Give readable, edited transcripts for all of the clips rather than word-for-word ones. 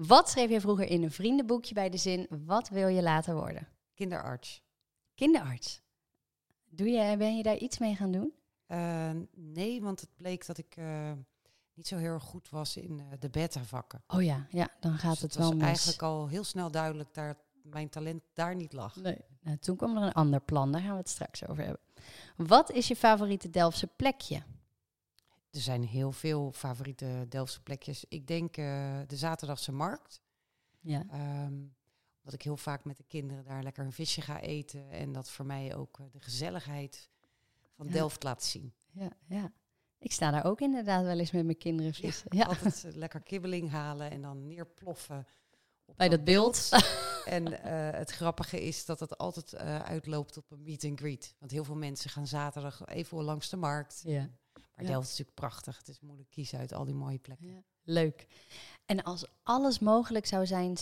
Wat schreef je vroeger in een vriendenboekje bij de zin, wat wil je later worden? Kinderarts. Kinderarts. Ben je daar iets mee gaan doen? Nee, want het bleek dat ik niet zo heel erg goed was in de beta-vakken. Oh ja, dan gaat Dus het was wel mis. eigenlijk al heel snel duidelijk dat mijn talent daar niet lag. Nee. Nou, toen kwam er een ander plan, daar gaan we het straks over hebben. Wat is je favoriete Delftse plekje? Er zijn heel veel favoriete Delftse plekjes. Ik denk de Zaterdagse Markt. Ja. Dat ik heel vaak met de kinderen daar lekker een visje ga eten. En dat voor mij ook de gezelligheid van Delft laat zien. Ja. Ik sta daar ook inderdaad wel eens met mijn kinderen vissen. Ja. Altijd lekker kibbeling halen en dan neerploffen op Bij dat beeld. En het grappige is dat het altijd uitloopt op een meet and greet. Want heel veel mensen gaan zaterdag even langs de markt. Ja. Maar Delft is natuurlijk prachtig. Het is moeilijk kiezen uit al die mooie plekken. Ja. Leuk. En als alles mogelijk zou zijn,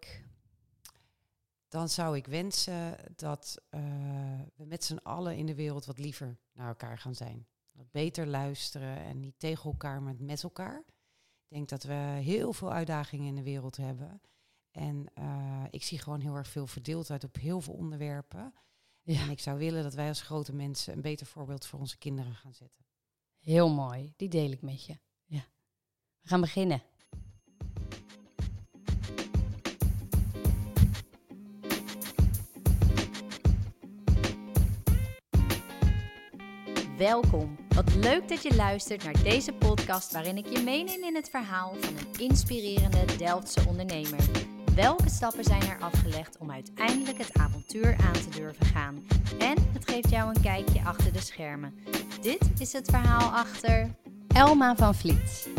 Dan zou ik wensen dat we met z'n allen in de wereld wat liever naar elkaar gaan zijn. Wat beter luisteren en niet tegen elkaar, maar met elkaar. Ik denk dat we heel veel uitdagingen in de wereld hebben. En ik zie gewoon heel erg veel verdeeldheid op heel veel onderwerpen. Ja. En ik zou willen dat wij als grote mensen een beter voorbeeld voor onze kinderen gaan zetten. Heel mooi, die deel ik met je. Ja. We gaan beginnen. Welkom. Wat leuk dat je luistert naar deze podcast waarin ik je meeneem in het verhaal van een inspirerende Delftse ondernemer. Welke stappen zijn er afgelegd om uiteindelijk het avontuur aan te durven gaan? En het geeft jou een kijkje achter de schermen. Dit is het verhaal achter Elma van Vliet.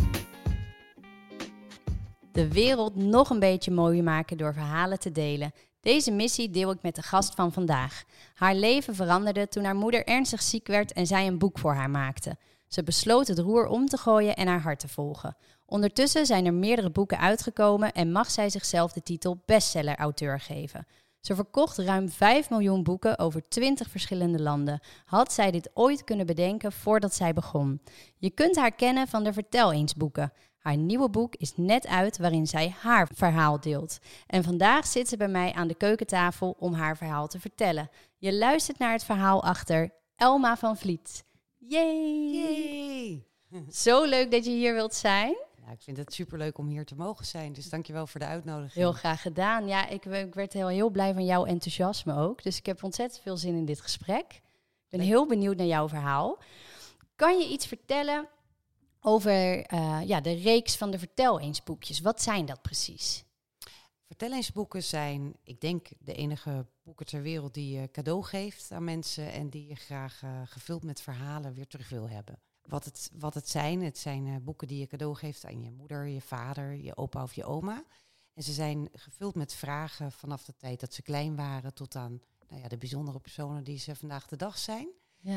De wereld nog een beetje mooier maken door verhalen te delen. Deze missie deel ik met de gast van vandaag. Haar leven veranderde toen haar moeder ernstig ziek werd en zij een boek voor haar maakte. Ze besloot het roer om te gooien en haar hart te volgen. Ondertussen zijn er meerdere boeken uitgekomen en mag zij zichzelf de titel bestseller-auteur geven. Ze verkocht ruim 5 miljoen boeken over 20 verschillende landen. Had zij dit ooit kunnen bedenken voordat zij begon? Je kunt haar kennen van de Vertel eens boeken. Haar nieuwe boek is net uit waarin zij haar verhaal deelt. En vandaag zit ze bij mij aan de keukentafel om haar verhaal te vertellen. Je luistert naar het verhaal achter Elma van Vliet. Yay! Yay! Zo leuk dat je hier wilt zijn. Nou, ik vind het superleuk om hier te mogen zijn. Dus dankjewel voor de uitnodiging. Heel graag gedaan. Ja, ik werd heel blij van jouw enthousiasme ook. Dus ik heb ontzettend veel zin in dit gesprek. Ik ben heel benieuwd naar jouw verhaal. Kan je iets vertellen over de reeks van de Vertel eens boekjes? Wat zijn dat precies? Vertel eens boeken zijn, ik denk, de enige boeken ter wereld die je cadeau geeft aan mensen en die je graag gevuld met verhalen weer terug wil hebben. Wat het zijn boeken die je cadeau geeft aan je moeder, je vader, je opa of je oma. En ze zijn gevuld met vragen vanaf de tijd dat ze klein waren tot aan de bijzondere personen die ze vandaag de dag zijn. Ja.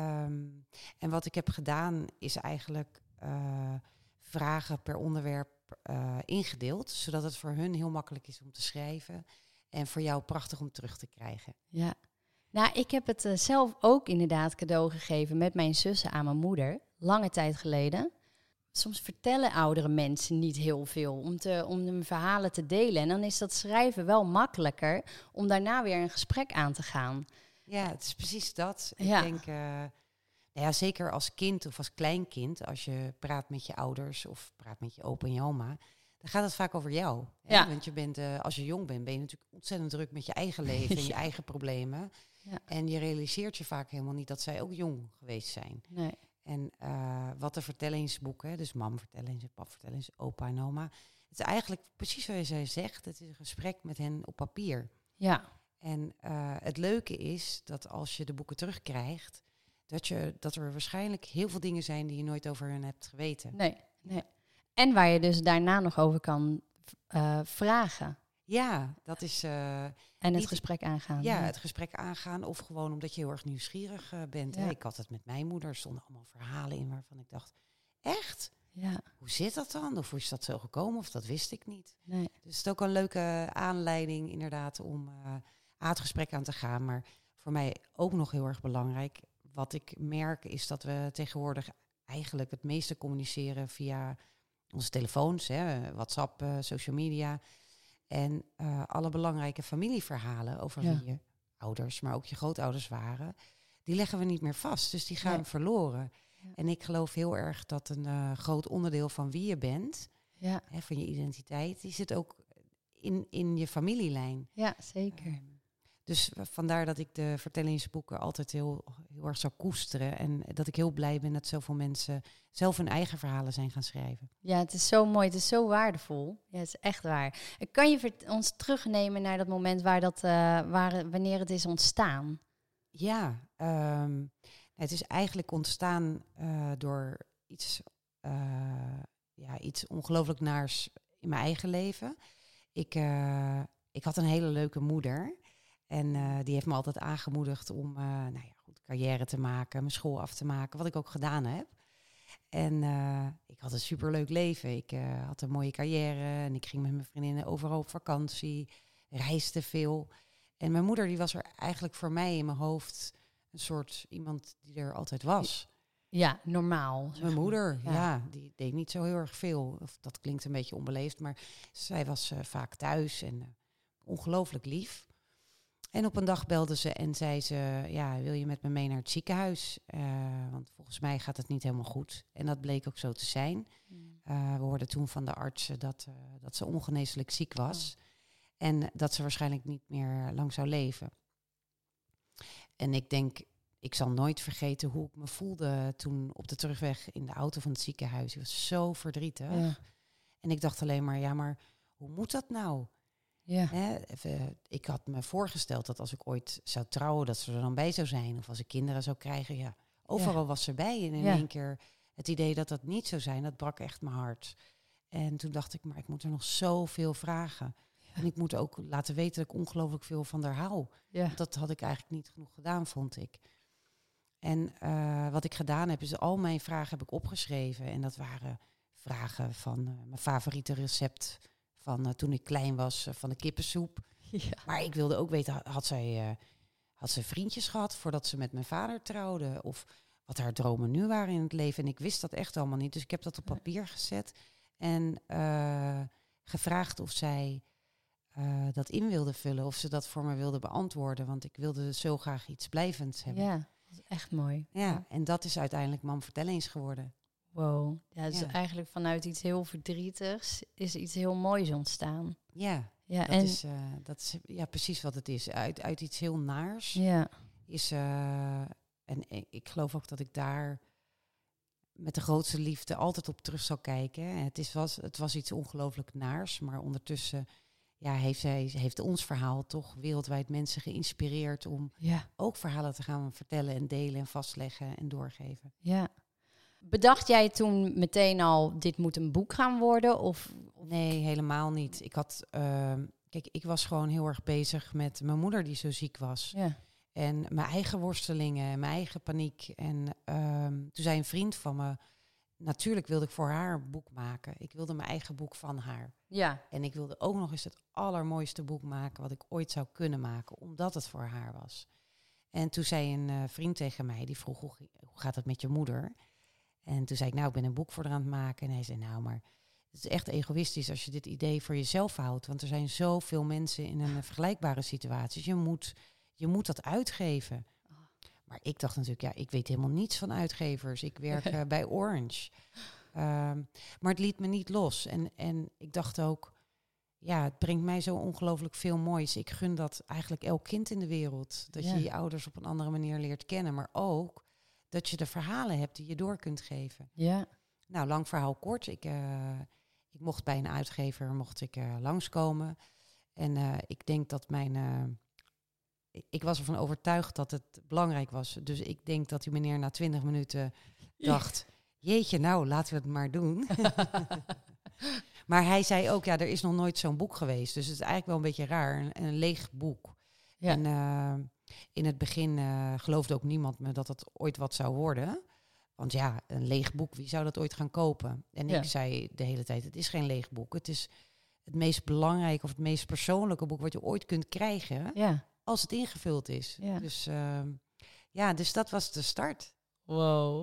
En wat ik heb gedaan is eigenlijk vragen per onderwerp ingedeeld, zodat het voor hun heel makkelijk is om te schrijven en voor jou prachtig om terug te krijgen. Ja. Nou, ik heb het zelf ook inderdaad cadeau gegeven met mijn zussen aan mijn moeder, lange tijd geleden. Soms vertellen oudere mensen niet heel veel om hun verhalen te delen. En dan is dat schrijven wel makkelijker om daarna weer een gesprek aan te gaan. Ja, het is precies dat. Ja. Ik denk, zeker als kind of als kleinkind, als je praat met je ouders of praat met je opa en je oma, dan gaat het vaak over jou. Hè? Ja. Want je bent, als je jong bent, ben je natuurlijk ontzettend druk met je eigen leven en je eigen problemen. Ja. En je realiseert je vaak helemaal niet dat zij ook jong geweest zijn. Nee. En wat de vertellingsboeken, dus mam vertel eens en pap vertel eens, opa en oma. Het is eigenlijk precies zoals zij zegt, het is een gesprek met hen op papier. Ja. En het leuke is dat als je de boeken terugkrijgt, dat er waarschijnlijk heel veel dingen zijn die je nooit over hen hebt geweten. Nee. En waar je dus daarna nog over kan vragen. Ja, dat is... En het gesprek aangaan. Ja, het gesprek aangaan of gewoon omdat je heel erg nieuwsgierig bent. Ja. Hè? Ik had het met mijn moeder, er stonden allemaal verhalen in waarvan ik dacht, echt? Ja. Hoe zit dat dan? Of hoe is dat zo gekomen? Of dat wist ik niet. Nee. Dus het is ook een leuke aanleiding inderdaad om het gesprek aan te gaan. Maar voor mij ook nog heel erg belangrijk. Wat ik merk is dat we tegenwoordig eigenlijk het meeste communiceren via onze telefoons, hè, WhatsApp, social media. En alle belangrijke familieverhalen over wie je ouders, maar ook je grootouders waren, die leggen we niet meer vast. Dus die gaan verloren. Ja. En ik geloof heel erg dat een groot onderdeel van wie je bent, hè, van je identiteit, die zit ook in je familielijn. Ja, zeker. Dus vandaar dat ik de vertellingsboeken altijd heel erg zou koesteren. En dat ik heel blij ben dat zoveel mensen zelf hun eigen verhalen zijn gaan schrijven. Ja, het is zo mooi. Het is zo waardevol. Ja, het is echt waar. Kan je ons terugnemen naar dat moment wanneer het is ontstaan? Ja, het is eigenlijk ontstaan door iets ongelooflijk naars in mijn eigen leven. Ik had een hele leuke moeder. En die heeft me altijd aangemoedigd om goed carrière te maken, mijn school af te maken, wat ik ook gedaan heb. En ik had een superleuk leven. Ik had een mooie carrière en ik ging met mijn vriendinnen overal op vakantie, reisde veel. En mijn moeder die was er eigenlijk voor mij in mijn hoofd een soort iemand die er altijd was. Ja, normaal. Mijn moeder, die deed niet zo heel erg veel. Of dat klinkt een beetje onbeleefd, maar zij was vaak thuis en ongelooflijk lief. En op een dag belde ze en zei ze, wil je met me mee naar het ziekenhuis? Want volgens mij gaat het niet helemaal goed. En dat bleek ook zo te zijn. We hoorden toen van de artsen dat ze ongeneeslijk ziek was. En dat ze waarschijnlijk niet meer lang zou leven. En ik denk, ik zal nooit vergeten hoe ik me voelde toen op de terugweg in de auto van het ziekenhuis. Ik was zo verdrietig. Ja. En ik dacht alleen maar hoe moet dat nou? Ja. Ik had me voorgesteld dat als ik ooit zou trouwen, dat ze er dan bij zou zijn. Of als ik kinderen zou krijgen, overal was ze bij. En in één keer het idee dat dat niet zou zijn, dat brak echt mijn hart. En toen dacht ik, maar ik moet er nog zoveel vragen. Ja. En ik moet ook laten weten dat ik ongelooflijk veel van haar hou. Ja. Want dat had ik eigenlijk niet genoeg gedaan, vond ik. En wat ik gedaan heb, is al mijn vragen heb ik opgeschreven. En dat waren vragen van mijn favoriete recept van toen ik klein was, van de kippensoep. Ja. Maar ik wilde ook weten, had ze vriendjes gehad voordat ze met mijn vader trouwde? Of wat haar dromen nu waren in het leven? En ik wist dat echt allemaal niet. Dus ik heb dat op papier gezet en gevraagd of zij dat in wilde vullen. Of ze dat voor me wilde beantwoorden. Want ik wilde zo graag iets blijvends hebben. Ja, dat is echt mooi. Ja, en dat is uiteindelijk Mam Vertel Eens geworden. Wow, ja, dus eigenlijk vanuit iets heel verdrietigs is iets heel moois ontstaan. Ja, dat is precies wat het is. Uit iets heel naars is... en ik geloof ook dat ik daar met de grootste liefde altijd op terug zal kijken. Het was iets ongelooflijk naars, maar ondertussen heeft ons verhaal toch wereldwijd mensen geïnspireerd om ook verhalen te gaan vertellen en delen en vastleggen en doorgeven. Ja. Bedacht jij toen meteen al, dit moet een boek gaan worden? Of? Nee, helemaal niet. Ik was gewoon heel erg bezig met mijn moeder die zo ziek was. Ja. En mijn eigen worstelingen, mijn eigen paniek. En toen zei een vriend van me, natuurlijk wilde ik voor haar een boek maken. Ik wilde mijn eigen boek van haar. Ja. En ik wilde ook nog eens het allermooiste boek maken wat ik ooit zou kunnen maken, omdat het voor haar was. En toen zei een vriend tegen mij, die vroeg, hoe gaat het met je moeder? En toen zei ik, ik ben een boek voor haar aan het maken. En hij zei, maar het is echt egoïstisch als je dit idee voor jezelf houdt. Want er zijn zoveel mensen in een vergelijkbare situatie. Je moet dat uitgeven. Maar ik dacht natuurlijk, ik weet helemaal niets van uitgevers. Ik werk bij Orange. Maar het liet me niet los. En ik dacht ook, het brengt mij zo ongelooflijk veel moois. Ik gun dat eigenlijk elk kind in de wereld. Dat je je ouders op een andere manier leert kennen. Maar ook dat je de verhalen hebt die je door kunt geven. Ja. Nou, lang verhaal kort. Ik mocht bij een uitgever langskomen. En ik denk dat ik was ervan overtuigd dat het belangrijk was. Dus ik denk dat die meneer na 20 minuten dacht, jeetje, laten we het maar doen. Maar hij zei ook, er is nog nooit zo'n boek geweest. Dus het is eigenlijk wel een beetje raar, een leeg boek. Ja. En in het begin geloofde ook niemand me dat het ooit wat zou worden. Want een leeg boek, wie zou dat ooit gaan kopen? En ik zei de hele tijd, het is geen leeg boek. Het is het meest belangrijke of het meest persoonlijke boek wat je ooit kunt krijgen. Ja. Als het ingevuld is. Ja. Dus dat was de start. Wow.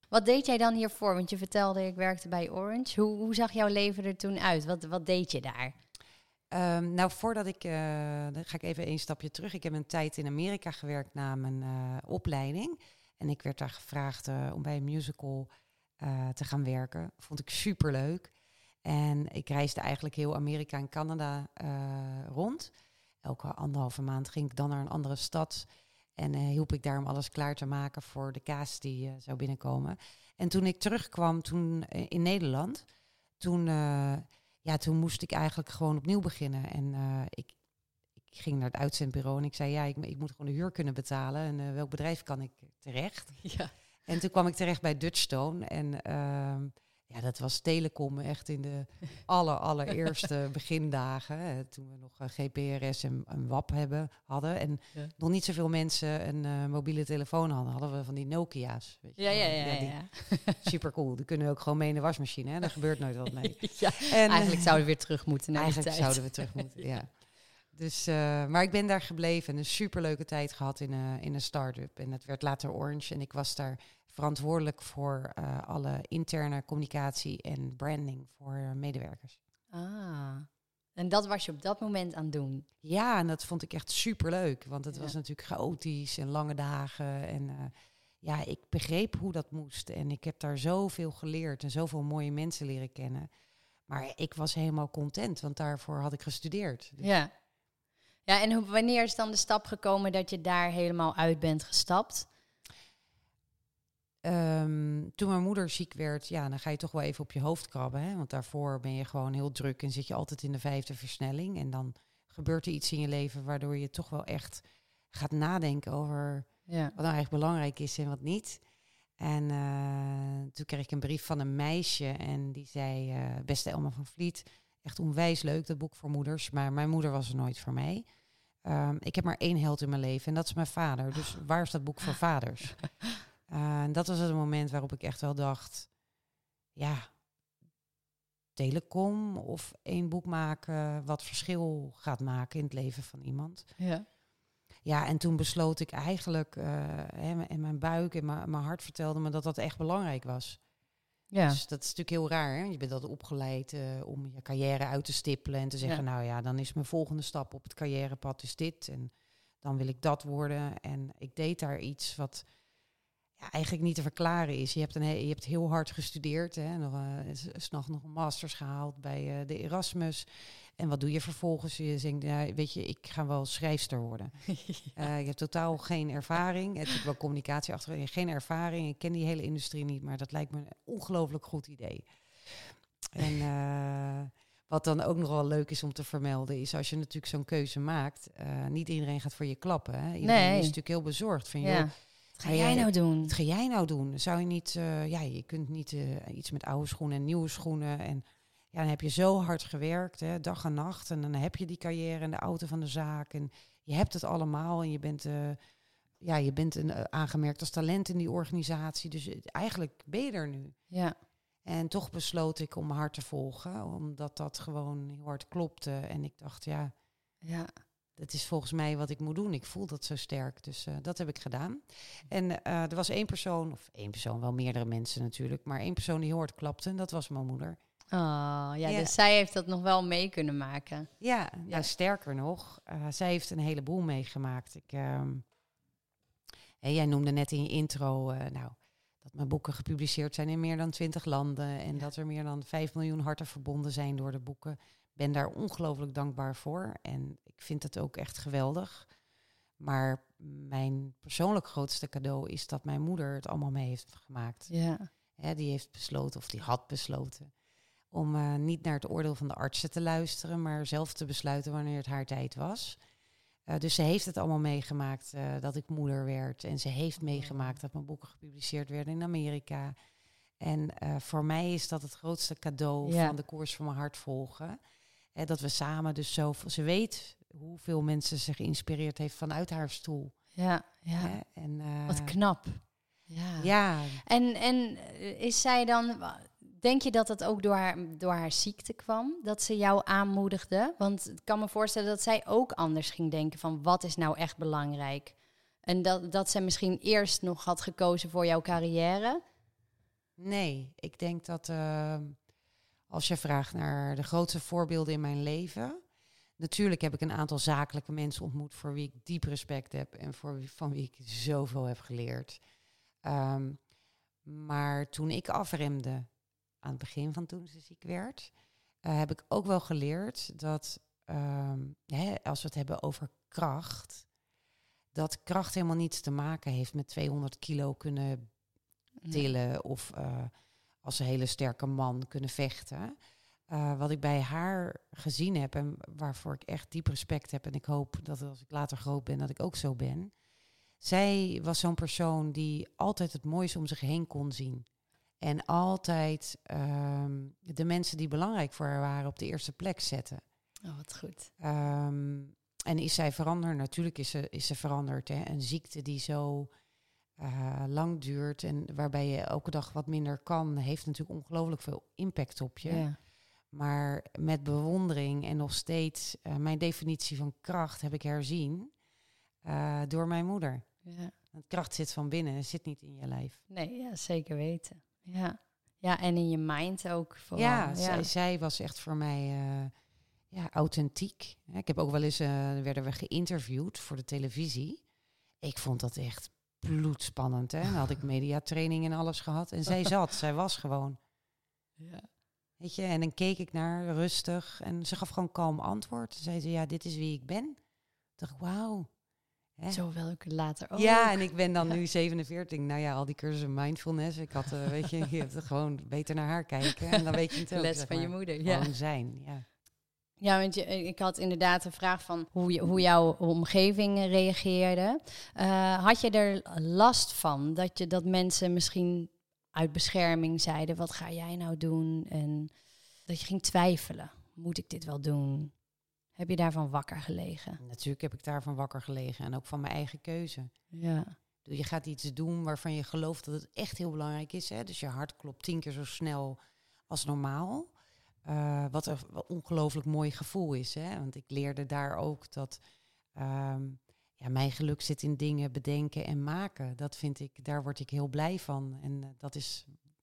Wat deed jij dan hiervoor? Want je vertelde, ik werkte bij Orange. Hoe zag jouw leven er toen uit? Wat deed je daar? Nou, voordat dan ga ik even een stapje terug. Ik heb een tijd in Amerika gewerkt na mijn opleiding. En ik werd daar gevraagd om bij een musical te gaan werken. Vond ik superleuk. En ik reisde eigenlijk heel Amerika en Canada rond. Elke 1,5 maand ging ik dan naar een andere stad. En hielp ik daar om alles klaar te maken voor de cast die zou binnenkomen. En toen ik terugkwam in Nederland, toen moest ik eigenlijk gewoon opnieuw beginnen. En ik ging naar het uitzendbureau en ik zei, ik moet gewoon de huur kunnen betalen. En welk bedrijf kan ik terecht? Ja. En toen kwam ik terecht bij Dutchstone. En dat was telecom echt in de allereerste begindagen. Toen we nog GPRS en WAP hadden. En nog niet zoveel mensen een mobiele telefoon hadden we van die Nokia's. Weet je Ja. Super cool. Die kunnen we ook gewoon mee in de wasmachine. Hè? Daar gebeurt nooit wat mee. Ja, en eigenlijk zouden we weer terug moeten naar eigenlijk die tijd. zouden we terug moeten, ja. Dus, maar ik ben daar gebleven en een superleuke tijd gehad in een start-up. En het werd later Orange en ik was daar verantwoordelijk voor alle interne communicatie en branding voor medewerkers. Ah, en dat was je op dat moment aan het doen? Ja, en dat vond ik echt superleuk, want het was natuurlijk chaotisch en lange dagen. En ik begreep hoe dat moest. En ik heb daar zoveel geleerd en zoveel mooie mensen leren kennen. Maar ik was helemaal content, want daarvoor had ik gestudeerd. Dus. Ja, en wanneer is dan de stap gekomen dat je daar helemaal uit bent gestapt? Toen mijn moeder ziek werd, dan ga je toch wel even op je hoofd krabben. Hè? Want daarvoor ben je gewoon heel druk en zit je altijd in de 5e versnelling. En dan gebeurt er iets in je leven waardoor je toch wel echt gaat nadenken over wat nou eigenlijk belangrijk is en wat niet. En toen kreeg ik een brief van een meisje en die zei, beste Elma van Vliet, echt onwijs leuk dat boek voor moeders. Maar mijn moeder was er nooit voor mij. Ik heb maar 1 held in mijn leven en dat is mijn vader. Dus waar is dat boek voor vaders? En dat was het moment waarop ik echt wel dacht, telecom of 1 boek maken wat verschil gaat maken in het leven van iemand. Ja. Ja, en toen besloot ik eigenlijk, en mijn buik en mijn hart vertelde me dat dat echt belangrijk was. Ja. Dus dat is natuurlijk heel raar. Hè? Je bent altijd opgeleid om je carrière uit te stippelen en te zeggen, dan is mijn volgende stap op het carrièrepad is dit. En dan wil ik dat worden. En ik deed daar iets wat eigenlijk niet te verklaren is. Je hebt heel hard gestudeerd. Hè? S'nachts nog een masters gehaald bij de Erasmus. En wat doe je vervolgens? Je denkt, ik ga wel schrijfster worden. Ik heb totaal geen ervaring. Het is wel communicatie achter. Geen ervaring. Ik ken die hele industrie niet, maar dat lijkt me een ongelooflijk goed idee. En wat dan ook nog wel leuk is om te vermelden, is als je natuurlijk zo'n keuze maakt, niet iedereen gaat voor je klappen. Hè? Iedereen is natuurlijk heel bezorgd van Wat ga jij nou doen? Wat ga jij nou doen? Zou je niet, je kunt niet iets met oude schoenen en nieuwe schoenen. En dan heb je zo hard gewerkt, hè, dag en nacht. En dan heb je die carrière en de auto van de zaak. En je hebt het allemaal. En je bent aangemerkt als talent in die organisatie. Dus eigenlijk ben je er nu. Ja. En toch besloot ik om mijn hart te volgen. Omdat dat gewoon heel hard klopte. En ik dacht, dat is volgens mij wat ik moet doen. Ik voel dat zo sterk. Dus dat heb ik gedaan. En er was 1 persoon, wel meerdere mensen natuurlijk. Maar 1 persoon die heel hard klapte. En dat was mijn moeder. Oh, dus zij heeft dat nog wel mee kunnen maken. Ja, nou sterker nog, zij heeft een heleboel meegemaakt. Jij noemde net in je intro dat mijn boeken gepubliceerd zijn in meer dan 20 landen. En dat er meer dan 5 miljoen harten verbonden zijn door de boeken. Ik ben daar ongelooflijk dankbaar voor. En ik vind het ook echt geweldig. Maar mijn persoonlijk grootste cadeau is dat mijn moeder het allemaal mee heeft gemaakt. Ja. Die heeft besloten, of die had besloten, om niet naar het oordeel van de artsen te luisteren, maar zelf te besluiten wanneer het haar tijd was. Dus ze heeft het allemaal meegemaakt dat ik moeder werd. En ze heeft meegemaakt dat mijn boeken gepubliceerd werden in Amerika. En voor mij is dat het grootste cadeau van de koers van mijn hart volgen. Dat we samen dus zo... Ze weet hoeveel mensen ze geïnspireerd heeft vanuit haar stoel. Ja. Wat knap. Ja. En is zij dan... Denk je dat het ook door haar ziekte kwam? Dat ze jou aanmoedigde? Want ik kan me voorstellen dat zij ook anders ging denken van wat is nou echt belangrijk? En dat ze misschien eerst nog had gekozen voor jouw carrière? Nee, ik denk dat als je vraagt naar de grootste voorbeelden in mijn leven. Natuurlijk heb ik een aantal zakelijke mensen ontmoet voor wie ik diep respect heb en van wie ik zoveel heb geleerd. Maar toen ik afremde aan het begin van toen ze ziek werd, heb ik ook wel geleerd dat als we het hebben over kracht, dat kracht helemaal niets te maken heeft met 200 kilo kunnen tillen of als een hele sterke man kunnen vechten. Wat ik bij haar gezien heb en waarvoor ik echt diep respect heb en ik hoop dat als ik later groot ben dat ik ook zo ben. Zij was zo'n persoon die altijd het mooiste om zich heen kon zien. En altijd de mensen die belangrijk voor haar waren op de eerste plek zetten. Oh, wat goed. En is zij veranderd? Natuurlijk is ze veranderd. Hè? Een ziekte die zo lang duurt en waarbij je elke dag wat minder kan, heeft natuurlijk ongelooflijk veel impact op je. Ja. Maar met bewondering en nog steeds mijn definitie van kracht heb ik herzien door mijn moeder. Ja. Want kracht zit van binnen, het zit niet in je lijf. Nee, ja, zeker weten. Ja. Ja, en in je mind ook vooral. Ja, zij was echt voor mij authentiek. Ik heb ook wel eens, werden we geïnterviewd voor de televisie. Ik vond dat echt bloedspannend. Hè? Dan had ik mediatraining en alles gehad. En zij was gewoon. Ja. Weet je, en dan keek ik naar rustig en ze gaf gewoon kalm antwoord. Ze zei ze, dit is wie ik ben. Toen dacht ik, wauw. Hè? Zo wil ik het later ook. Ja, en ik ben dan nu 47. Nou ja, al die cursussen mindfulness. Ik had, weet je hebt het gewoon beter naar haar kijken. En dan weet je het ook. Les van je moeder, ja. Gewoon zijn, ja. Ja, want ik had inderdaad een vraag van hoe jouw omgeving reageerde. Had je er last van dat mensen misschien uit bescherming zeiden, wat ga jij nou doen? En dat je ging twijfelen, moet ik dit wel doen? Heb je daarvan wakker gelegen? Natuurlijk heb ik daarvan wakker gelegen en ook van mijn eigen keuze. Ja. Je gaat iets doen waarvan je gelooft dat het echt heel belangrijk is. Hè? Dus je hart klopt 10 keer zo snel als normaal. Wat een ongelooflijk mooi gevoel is. Hè? Want ik leerde daar ook dat mijn geluk zit in dingen bedenken en maken. Dat vind ik, daar word ik heel blij van. En dat is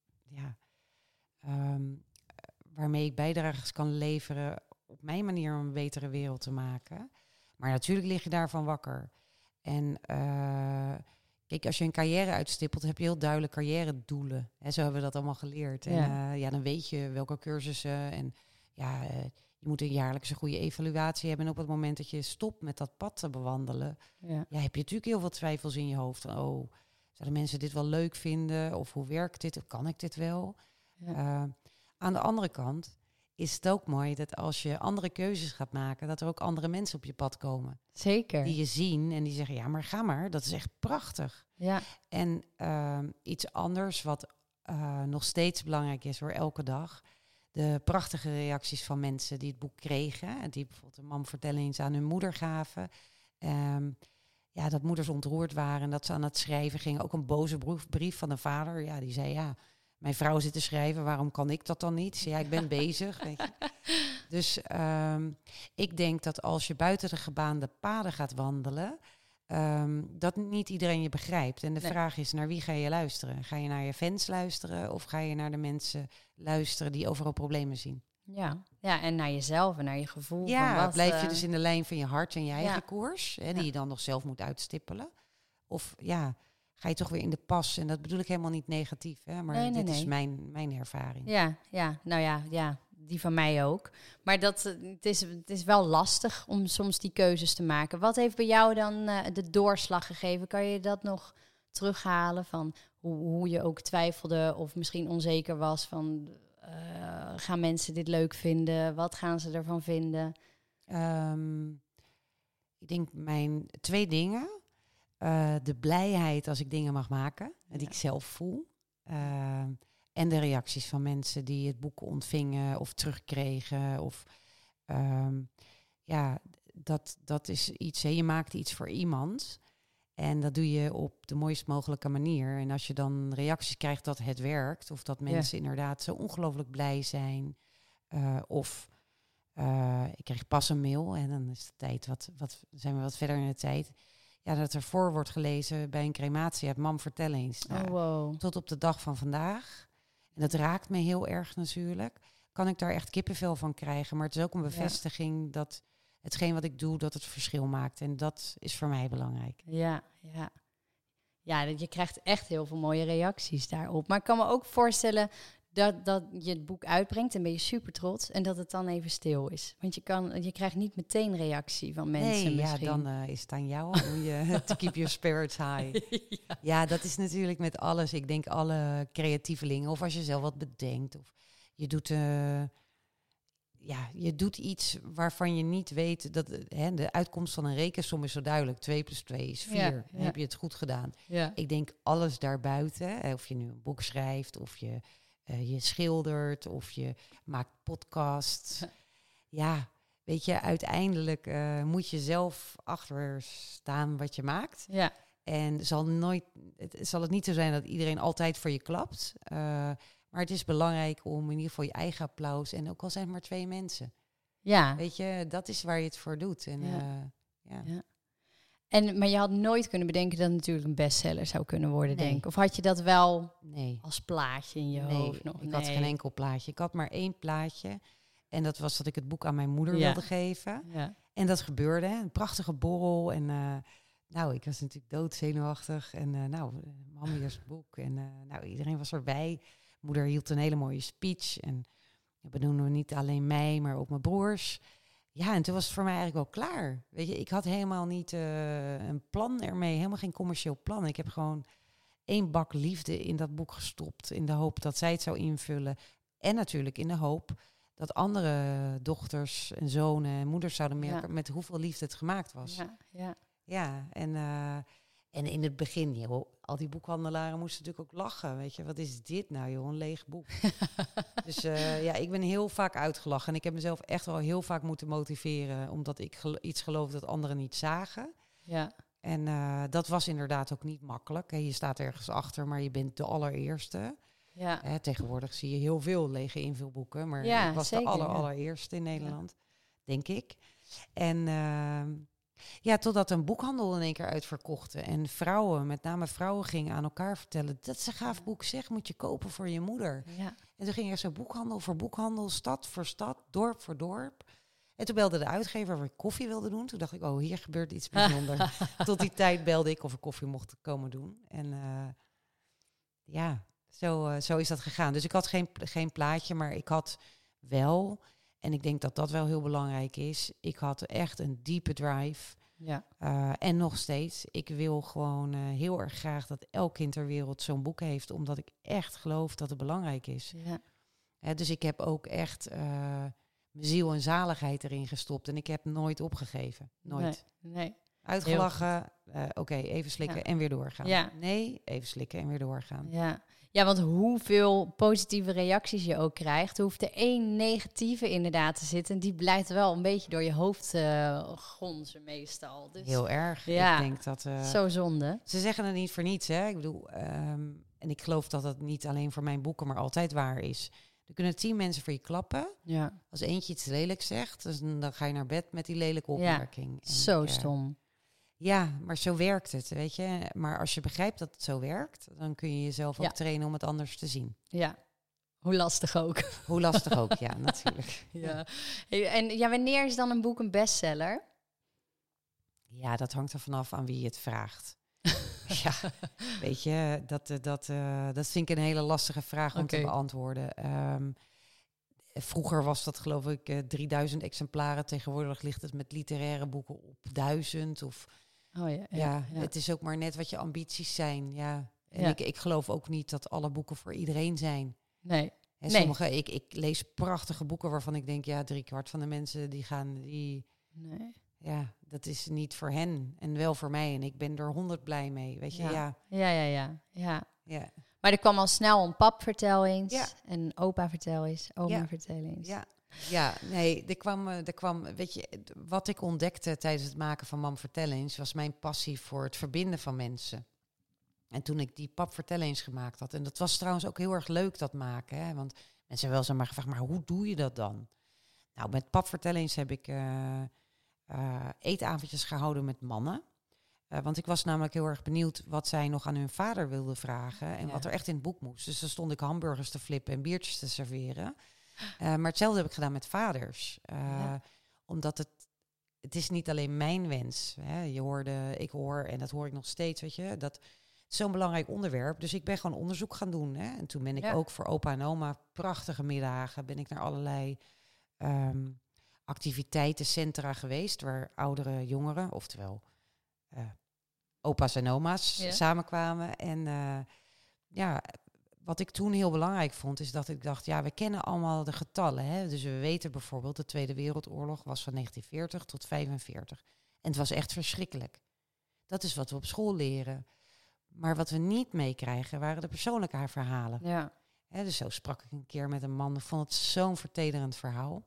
waarmee ik bijdrages kan leveren op mijn manier om een betere wereld te maken. Maar natuurlijk lig je daarvan wakker. En kijk, als je een carrière uitstippelt, heb je heel duidelijk carrière-doelen. Hè, zo hebben we dat allemaal geleerd. En dan weet je welke cursussen. En je moet een jaarlijkse goede evaluatie hebben. En op het moment dat je stopt met dat pad te bewandelen, heb je natuurlijk heel veel twijfels in je hoofd. Van, zouden mensen dit wel leuk vinden? Of hoe werkt dit? Of kan ik dit wel? Ja. Aan de andere kant is het ook mooi dat als je andere keuzes gaat maken, dat er ook andere mensen op je pad komen. Zeker. Die je zien en die zeggen, ja, maar ga maar. Dat is echt prachtig. Ja. En iets anders wat nog steeds belangrijk is voor elke dag. De prachtige reacties van mensen die het boek kregen. Die bijvoorbeeld een man vertellen eens aan hun moeder gaven. Dat moeders ontroerd waren en dat ze aan het schrijven gingen. Ook een boze brief van een vader. Ja, die zei, mijn vrouw zit te schrijven, waarom kan ik dat dan niet? Ja, ik ben bezig. Weet je. Dus ik denk dat als je buiten de gebaande paden gaat wandelen, dat niet iedereen je begrijpt. En de vraag is, naar wie ga je luisteren? Ga je naar je fans luisteren of ga je naar de mensen luisteren die overal problemen zien? Ja, en naar jezelf en naar je gevoel. Ja, van blijf je dus in de lijn van je hart en je eigen koers, die je dan nog zelf moet uitstippelen. Of ga je toch weer in de pas. En dat bedoel ik helemaal niet negatief, hè? Maar dit is mijn ervaring. Ja, die van mij ook. Maar het is wel lastig om soms die keuzes te maken. Wat heeft bij jou dan de doorslag gegeven? Kan je dat nog terughalen van hoe je ook twijfelde of misschien onzeker was van gaan mensen dit leuk vinden? Wat gaan ze ervan vinden? Ik denk mijn 2 dingen. De blijheid als ik dingen mag maken, die ik zelf voel. En de reacties van mensen die het boek ontvingen of terugkregen. Of dat is iets. Hè. Je maakt iets voor iemand. En dat doe je op de mooist mogelijke manier. En als je dan reacties krijgt dat het werkt, of dat mensen inderdaad zo ongelooflijk blij zijn. Ik kreeg pas een mail en dan is de tijd zijn we wat verder in de tijd. Ja, dat er voor wordt gelezen bij een crematie uit Mam vertel eens. Tot op de dag van vandaag En dat raakt me heel erg natuurlijk. Kan ik daar echt kippenvel van krijgen. Maar het is ook een bevestiging dat hetgeen wat ik doe, dat het verschil maakt. En dat is voor mij belangrijk. Ja. Ja, je krijgt echt heel veel mooie reacties daarop. Maar ik kan me ook voorstellen dat je het boek uitbrengt en ben je super trots. En dat het dan even stil is. Want je krijgt niet meteen reactie van mensen misschien. Ja, dan is het aan jou om je to keep your spirits high. Ja, dat is natuurlijk met alles. Ik denk alle creatievelingen. Of als je zelf wat bedenkt. Of je doet... je doet iets waarvan je niet weet dat de uitkomst van een rekensom is zo duidelijk. 2 + 2 is 4. Dan heb je het goed gedaan. Ja. Ik denk alles daarbuiten, of je nu een boek schrijft, of je schildert, of je maakt podcasts. Ja, weet je, uiteindelijk moet je zelf achter staan wat je maakt. Ja. En zal het niet zo zijn dat iedereen altijd voor je klapt. Maar het is belangrijk om in ieder geval je eigen applaus... en ook al zijn het maar 2 mensen. Ja. Weet je, dat is waar je het voor doet. En, Maar je had nooit kunnen bedenken dat het natuurlijk een bestseller zou kunnen worden, Nee. denk ik. Of had je dat wel Nee. als plaatje in je hoofd nog? Ik had geen enkel plaatje. Ik had maar 1 plaatje. En dat was dat ik het boek aan mijn moeder wilde geven. Ja. En dat gebeurde. Een prachtige borrel. En ik was natuurlijk doodzenuwachtig. En mam, hier is het boek. En iedereen was erbij. Moeder hield een hele mooie speech. En benoemden we niet alleen mij, maar ook mijn broers. Ja, en toen was het voor mij eigenlijk wel klaar. Weet je, ik had helemaal niet een plan ermee. Helemaal geen commercieel plan. Ik heb gewoon 1 bak liefde in dat boek gestopt. In de hoop dat zij het zou invullen. En natuurlijk in de hoop dat andere dochters en zonen en moeders zouden merken met hoeveel liefde het gemaakt was. Ja, en in het begin, joh, al die boekhandelaren moesten natuurlijk ook lachen. Weet je, wat is dit nou, joh, een leeg boek. Dus ik ben heel vaak uitgelachen. En ik heb mezelf echt wel heel vaak moeten motiveren, omdat ik iets geloof dat anderen niet zagen. Ja. En dat was inderdaad ook niet makkelijk. Je staat ergens achter, maar je bent de allereerste. Ja. Tegenwoordig zie je heel veel lege invulboeken. Maar ik was zeker, de allereerste in Nederland, denk ik. En totdat een boekhandel in één keer uitverkochte. En vrouwen, met name vrouwen, gingen aan elkaar vertellen... dat is een gaaf boek, zeg, moet je kopen voor je moeder. Ja. En toen ging er zo boekhandel voor boekhandel, stad voor stad, dorp voor dorp. En toen belde de uitgever of ik koffie wilde doen. Toen dacht ik, oh, hier gebeurt iets bijzonders. Tot die tijd belde ik of ik koffie mocht komen doen. En zo is dat gegaan. Dus ik had geen plaatje, maar ik had wel... en ik denk dat dat wel heel belangrijk is... ik had echt een diepe drive... Ja. En nog steeds, ik wil gewoon heel erg graag dat elk kind ter wereld zo'n boek heeft, omdat ik echt geloof dat het belangrijk is. Ja. Dus ik heb ook echt mijn ziel en zaligheid erin gestopt en ik heb nooit opgegeven. Nooit. Nee. Uitgelachen, oké, even slikken en weer doorgaan. Ja. Nee, even slikken en weer doorgaan. Ja, want hoeveel positieve reacties je ook krijgt, hoeft er 1 negatieve inderdaad te zitten. En die blijft wel een beetje door je hoofd gonzen meestal. Dus, heel erg. Ik denk dat... zo zonde. Ze zeggen het niet voor niets, hè. Ik bedoel, en ik geloof dat het niet alleen voor mijn boeken, maar altijd waar is. Er kunnen 10 mensen voor je klappen. Ja. Als eentje iets lelijks zegt, dus dan ga je naar bed met die lelijke opmerking. Ja, zo stom. Ja, maar zo werkt het, weet je. Maar als je begrijpt dat het zo werkt, dan kun je jezelf ook trainen om het anders te zien. Ja, hoe lastig ook. Hoe lastig ook, ja, natuurlijk. Ja. En wanneer is dan een boek een bestseller? Ja, dat hangt er vanaf aan wie je het vraagt. Ja, weet je, dat vind ik een hele lastige vraag om te beantwoorden. Vroeger was dat geloof ik 3000 exemplaren. Tegenwoordig ligt het met literaire boeken op 1000. Het is ook maar net wat je ambities zijn. Ja. En ik geloof ook niet dat alle boeken voor iedereen zijn. Nee. En sommige, ik lees prachtige boeken waarvan ik denk, 3/4 van de mensen die... Nee. Ja, dat is niet voor hen en wel voor mij. En ik ben er 100 blij mee, weet je. Ja. Ja. Maar er kwam al snel een pap vertel eens. En opa vertel eens. Oma vertel eens. Er kwam, weet je, wat ik ontdekte tijdens het maken van Mam Vertel eens, was mijn passie voor het verbinden van mensen. En toen ik die pap Vertel eens gemaakt had, en dat was trouwens ook heel erg leuk dat maken, hè, want mensen hebben wel eens maar gevraagd, maar hoe doe je dat dan? Nou, met pap Vertel eens heb ik eetavondjes gehouden met mannen. Want ik was namelijk heel erg benieuwd wat zij nog aan hun vader wilde vragen. En wat er echt in het boek moest. Dus dan stond ik hamburgers te flippen en biertjes te serveren. Maar hetzelfde heb ik gedaan met vaders. Omdat het is niet alleen mijn wens. Hè. Ik hoor, en dat hoor ik nog steeds, weet je. Dat is zo'n belangrijk onderwerp. Dus ik ben gewoon onderzoek gaan doen. Hè. En toen ben ik ook voor opa en oma prachtige middagen. Ben ik naar allerlei activiteitencentra geweest. Waar oudere jongeren, oftewel opa's en oma's samenkwamen. En wat ik toen heel belangrijk vond, is dat ik dacht, we kennen allemaal de getallen. Hè? Dus we weten bijvoorbeeld, de Tweede Wereldoorlog was van 1940 tot 1945. En het was echt verschrikkelijk. Dat is wat we op school leren. Maar wat we niet meekrijgen, waren de persoonlijke verhalen. Ja. Hè, dus zo sprak ik een keer met een man, ik vond het zo'n vertederend verhaal.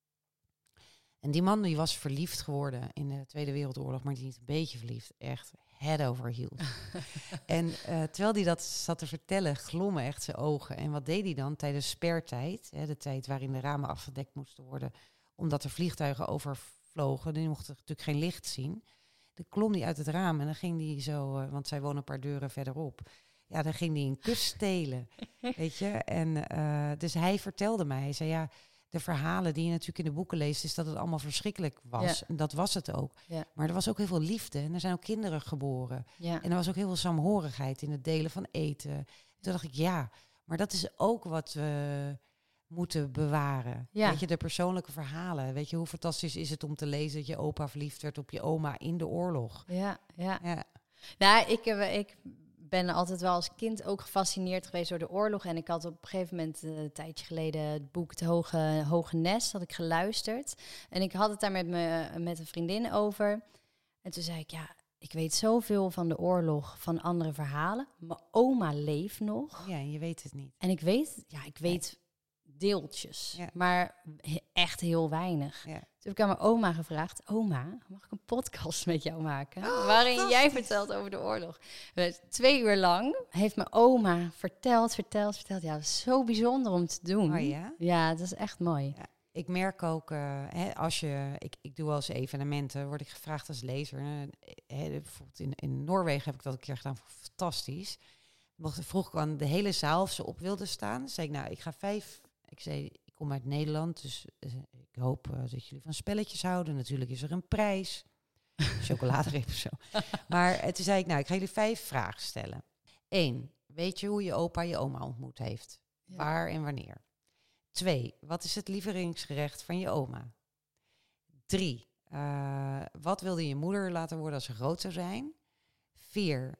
En die man die was verliefd geworden in de Tweede Wereldoorlog, maar die niet een beetje verliefd, echt head over heels. En terwijl hij dat zat te vertellen, glommen echt zijn ogen. En wat deed hij dan tijdens spertijd, de tijd waarin de ramen afgedekt moesten worden, omdat er vliegtuigen overvlogen, die mochten natuurlijk geen licht zien. Dan klom hij uit het raam en dan ging hij zo, want zij wonen een paar deuren verderop. Ja, dan ging hij een kus stelen, weet je. En dus hij vertelde mij, hij zei de verhalen die je natuurlijk in de boeken leest, is dat het allemaal verschrikkelijk was. Ja. En dat was het ook. Ja. Maar er was ook heel veel liefde. En er zijn ook kinderen geboren. Ja. En er was ook heel veel saamhorigheid in het delen van eten. En toen dacht ik, maar dat is ook wat we moeten bewaren. Ja. Weet je, de persoonlijke verhalen. Weet je, hoe fantastisch is het om te lezen dat je opa verliefd werd op je oma in de oorlog. Ja. Nou, ik ben altijd wel als kind ook gefascineerd geweest door de oorlog. En ik had op een gegeven moment, een tijdje geleden, het boek Het Hoge Nest, had ik geluisterd. En ik had het daar met een vriendin over. En toen zei ik, ik weet zoveel van de oorlog, van andere verhalen. Mijn oma leeft nog. Ja, en je weet het niet. En ik weet deeltjes, maar echt heel weinig. Ja. Toen heb ik aan mijn oma gevraagd, oma, mag ik een podcast met jou maken? Waarin jij vertelt over de oorlog. 2 uur lang heeft mijn oma verteld. Ja, dat is zo bijzonder om te doen. Oh, ja? Ja, dat is echt mooi. Ja. Ik merk ook, ik doe wel eens evenementen, word ik gevraagd als lezer. Bijvoorbeeld in Noorwegen heb ik dat een keer gedaan, fantastisch. Vroeg ik aan de hele zaal of ze op wilden staan. Zei ik, ik ga 5... Ik zei, ik kom uit Nederland, dus ik hoop dat jullie van spelletjes houden. Natuurlijk is er een prijs. Chocoladereep of zo. Maar toen zei ik, ik ga jullie 5 vragen stellen. 1, weet je hoe je opa je oma ontmoet heeft? Ja. Waar en wanneer? 2, wat is het lievelingsgerecht van je oma? 3, wat wilde je moeder laten worden als ze groot zou zijn? 4,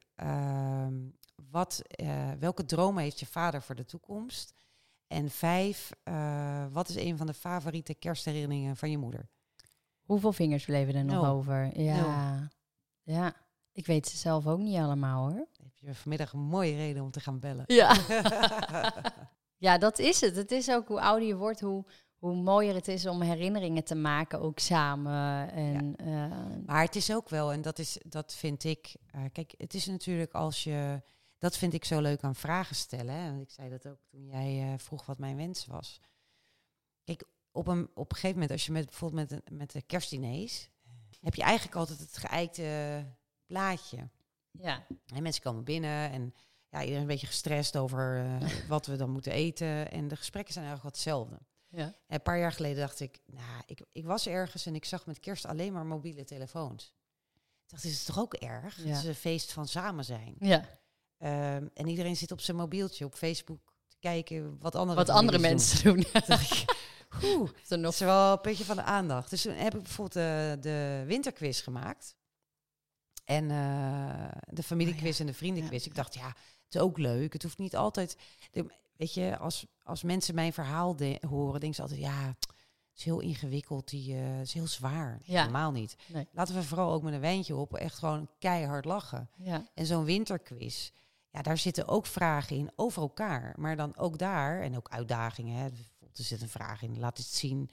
welke dromen heeft je vader voor de toekomst? En 5, wat is een van de favoriete kerstherinneringen van je moeder? Hoeveel vingers bleven er nog over? Ja, ik weet ze zelf ook niet allemaal, hoor. Heb je vanmiddag een mooie reden om te gaan bellen. Ja, ja, dat is het. Het is ook hoe ouder je wordt, hoe mooier het is om herinneringen te maken, ook samen. En, maar het is ook wel, en dat vind ik... kijk, het is natuurlijk als je... Dat vind ik zo leuk aan vragen stellen. Hè? Want ik zei dat ook toen jij vroeg wat mijn wens was. Kijk, op een gegeven moment, als je bijvoorbeeld met de kerstdiners... heb je eigenlijk altijd het geëikte plaatje. Ja. En mensen komen binnen en iedereen is een beetje gestrest over wat we dan moeten eten. En de gesprekken zijn eigenlijk wat hetzelfde. Ja. En een paar jaar geleden dacht ik, ik was ergens en ik zag met kerst alleen maar mobiele telefoons. Ik dacht, dit is toch ook erg? Ja. Het is een feest van samen zijn. Ja. En iedereen zit op zijn mobieltje op Facebook te kijken wat andere mensen doen. Dat is wel een beetje van de aandacht. Dus toen heb ik bijvoorbeeld de winterquiz gemaakt. En de familiequiz en de vriendenquiz. Ik dacht, het is ook leuk. Het hoeft niet altijd... Weet je, als mensen mijn verhaal horen, denken ze altijd... het is heel ingewikkeld, het is heel zwaar. Ja. Helemaal niet. Nee. Laten we vooral ook met een wijntje op echt gewoon keihard lachen. Ja. En zo'n winterquiz... daar zitten ook vragen in over elkaar. Maar dan ook daar, en ook uitdagingen. Hè. Er zit een vraag in, laat het zien.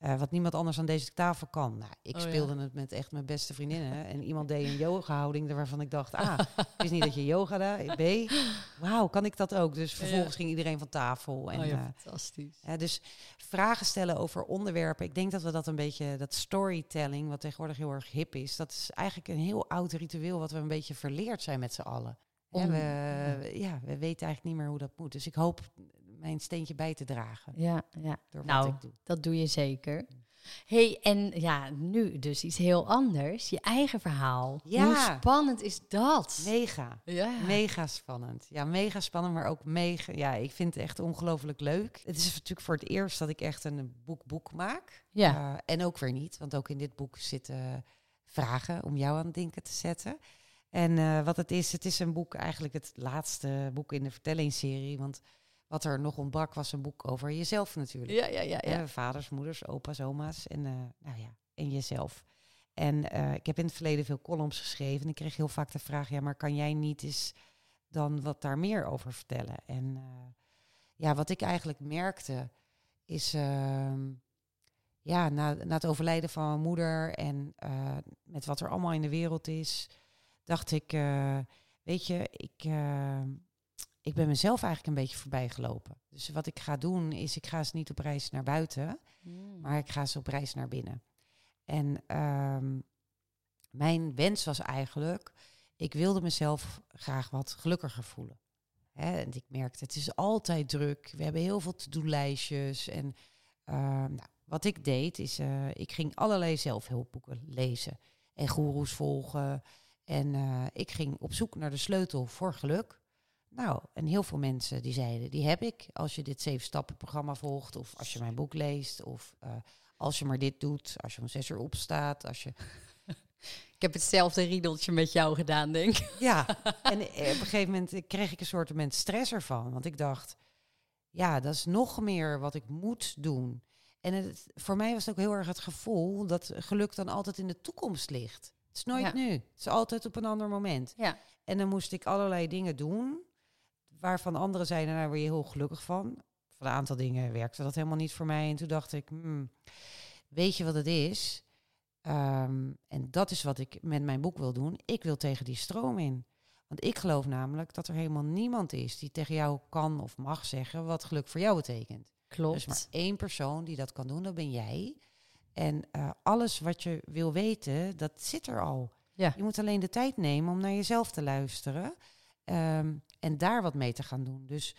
Wat niemand anders aan deze tafel kan. Nou, ik speelde het met echt mijn beste vriendinnen. En iemand deed een yoga-houding waarvan ik dacht... ik wist niet dat je yoga deed. B, wauw, kan ik dat ook? Dus vervolgens ging iedereen van tafel. En, fantastisch. Dus vragen stellen over onderwerpen. Ik denk dat we dat een beetje... Dat storytelling, wat tegenwoordig heel erg hip is... dat is eigenlijk een heel oud ritueel... wat we een beetje verleerd zijn met z'n allen. We weten eigenlijk niet meer hoe dat moet. Dus ik hoop mijn steentje bij te dragen. Ja. Door wat ik doe. Dat doe je zeker. Hey, en nu dus iets heel anders. Je eigen verhaal. Ja. Hoe spannend is dat? Mega. Ja. Mega spannend. Ja, mega spannend, maar ook mega... Ja, ik vind het echt ongelooflijk leuk. Het is natuurlijk voor het eerst dat ik echt een boek maak. Ja. En ook weer niet, want ook in dit boek zitten vragen om jou aan het denken te zetten. En wat het is een boek, eigenlijk het laatste boek in de vertellingsserie. Want wat er nog ontbrak was een boek over jezelf natuurlijk. Ja. Vaders, moeders, opa's, oma's en jezelf. En ik heb in het verleden veel columns geschreven. En ik kreeg heel vaak de vraag, maar kan jij niet eens dan wat daar meer over vertellen? En wat ik eigenlijk merkte is... na het overlijden van mijn moeder en met wat er allemaal in de wereld is... dacht ik, ik ben mezelf eigenlijk een beetje voorbij gelopen. Dus wat ik ga doen is, ik ga eens niet op reis naar buiten, maar ik ga eens op reis naar binnen. En mijn wens was eigenlijk, ik wilde mezelf graag wat gelukkiger voelen. En ik merkte, het is altijd druk. We hebben heel veel to-do-lijstjes. En wat ik deed, is, ik ging allerlei zelfhulpboeken lezen en goeroes volgen. En ik ging op zoek naar de sleutel voor geluk. Nou, en heel veel mensen die zeiden, die heb ik als je dit 7-stappen-programma volgt. Of als je mijn boek leest. Of als je maar dit doet. Als je om 6 uur opstaat. Als je... Ik heb hetzelfde riedeltje met jou gedaan, denk ik. Ja, en op een gegeven moment kreeg ik een soort stress ervan. Want ik dacht, dat is nog meer wat ik moet doen. En voor mij was het ook heel erg het gevoel dat geluk dan altijd in de toekomst ligt. Het is nooit nu. Het is altijd op een ander moment. Ja. En dan moest ik allerlei dingen doen waarvan anderen zeiden, daar word je heel gelukkig van. Voor een aantal dingen werkte dat helemaal niet voor mij. En toen dacht ik, weet je wat het is? En dat is wat ik met mijn boek wil doen. Ik wil tegen die stroom in. Want ik geloof namelijk dat er helemaal niemand is die tegen jou kan of mag zeggen wat geluk voor jou betekent. Klopt. Er is maar één persoon die dat kan doen, dat ben jij. En alles wat je wil weten, dat zit er al. Ja. Je moet alleen de tijd nemen om naar jezelf te luisteren. En daar wat mee te gaan doen. Dus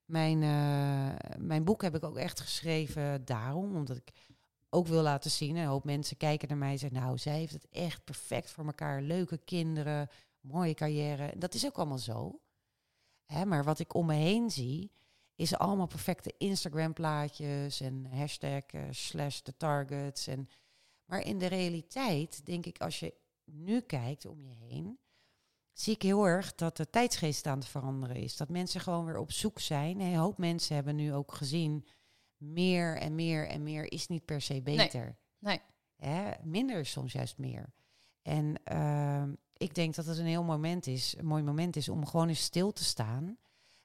mijn boek heb ik ook echt geschreven daarom. Omdat ik ook wil laten zien. Een hoop mensen kijken naar mij en zeggen, nou, zij heeft het echt perfect voor elkaar. Leuke kinderen, mooie carrière. Dat is ook allemaal zo. Maar wat ik om me heen zie, is allemaal perfecte Instagram-plaatjes en hashtag /the targets. Maar in de realiteit, denk ik, als je nu kijkt om je heen, zie ik heel erg dat de tijdsgeest aan het veranderen is. Dat mensen gewoon weer op zoek zijn. Een hoop mensen hebben nu ook gezien, meer en meer en meer is niet per se beter. Nee. Minder is soms juist meer. En ik denk dat het een heel mooi moment is om gewoon eens stil te staan.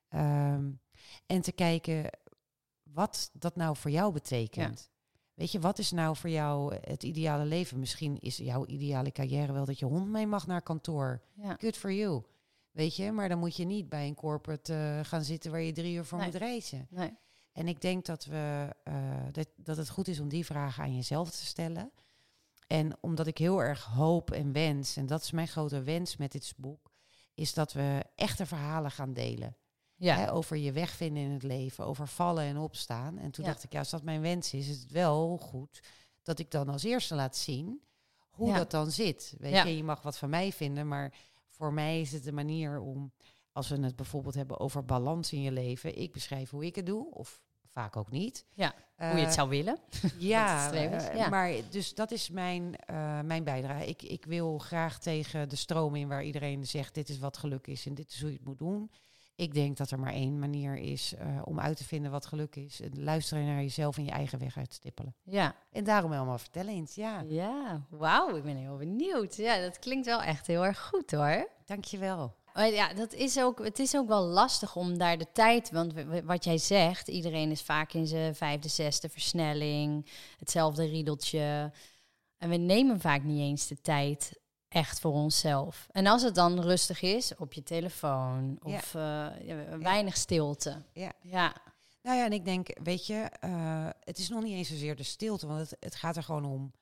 En te kijken wat dat nou voor jou betekent. Ja. Weet je, wat is nou voor jou het ideale leven? Misschien is jouw ideale carrière wel dat je hond mee mag naar kantoor. Ja. Good for you. Weet je, maar dan moet je niet bij een corporate gaan zitten waar je 3 uur voor moet reizen. Nee. En ik denk dat dat het goed is om die vragen aan jezelf te stellen. En omdat ik heel erg hoop en wens, en dat is mijn grote wens met dit boek, is dat we echte verhalen gaan delen. Ja. Over je weg vinden in het leven, over vallen en opstaan. En toen dacht ik, als dat mijn wens is het wel goed dat ik dan als eerste laat zien hoe dat dan zit. Weet je, je mag wat van mij vinden, maar voor mij is het een manier om, als we het bijvoorbeeld hebben over balans in je leven, ik beschrijf hoe ik het doe, of vaak ook niet. Ja, hoe je het zou willen. Maar dus dat is mijn bijdrage. Ik wil graag tegen de stroom in waar iedereen zegt, dit is wat geluk is en dit is hoe je het moet doen. Ik denk dat er maar één manier is om uit te vinden wat geluk is. Luisteren naar jezelf en je eigen weg uitstippelen. Ja. En daarom helemaal vertellen eens, Ja, wauw, ik ben heel benieuwd. Ja, dat klinkt wel echt heel erg goed hoor. Dankjewel. Ja, het is ook wel lastig om daar de tijd... Want wat jij zegt, iedereen is vaak in zijn 5e, 6e versnelling. Hetzelfde riedeltje. En we nemen vaak niet eens de tijd echt voor onszelf. En als het dan rustig is, op je telefoon of weinig stilte. Ja. Nou ja, en ik denk, weet je, het is nog niet eens zozeer de stilte, want het gaat er gewoon om.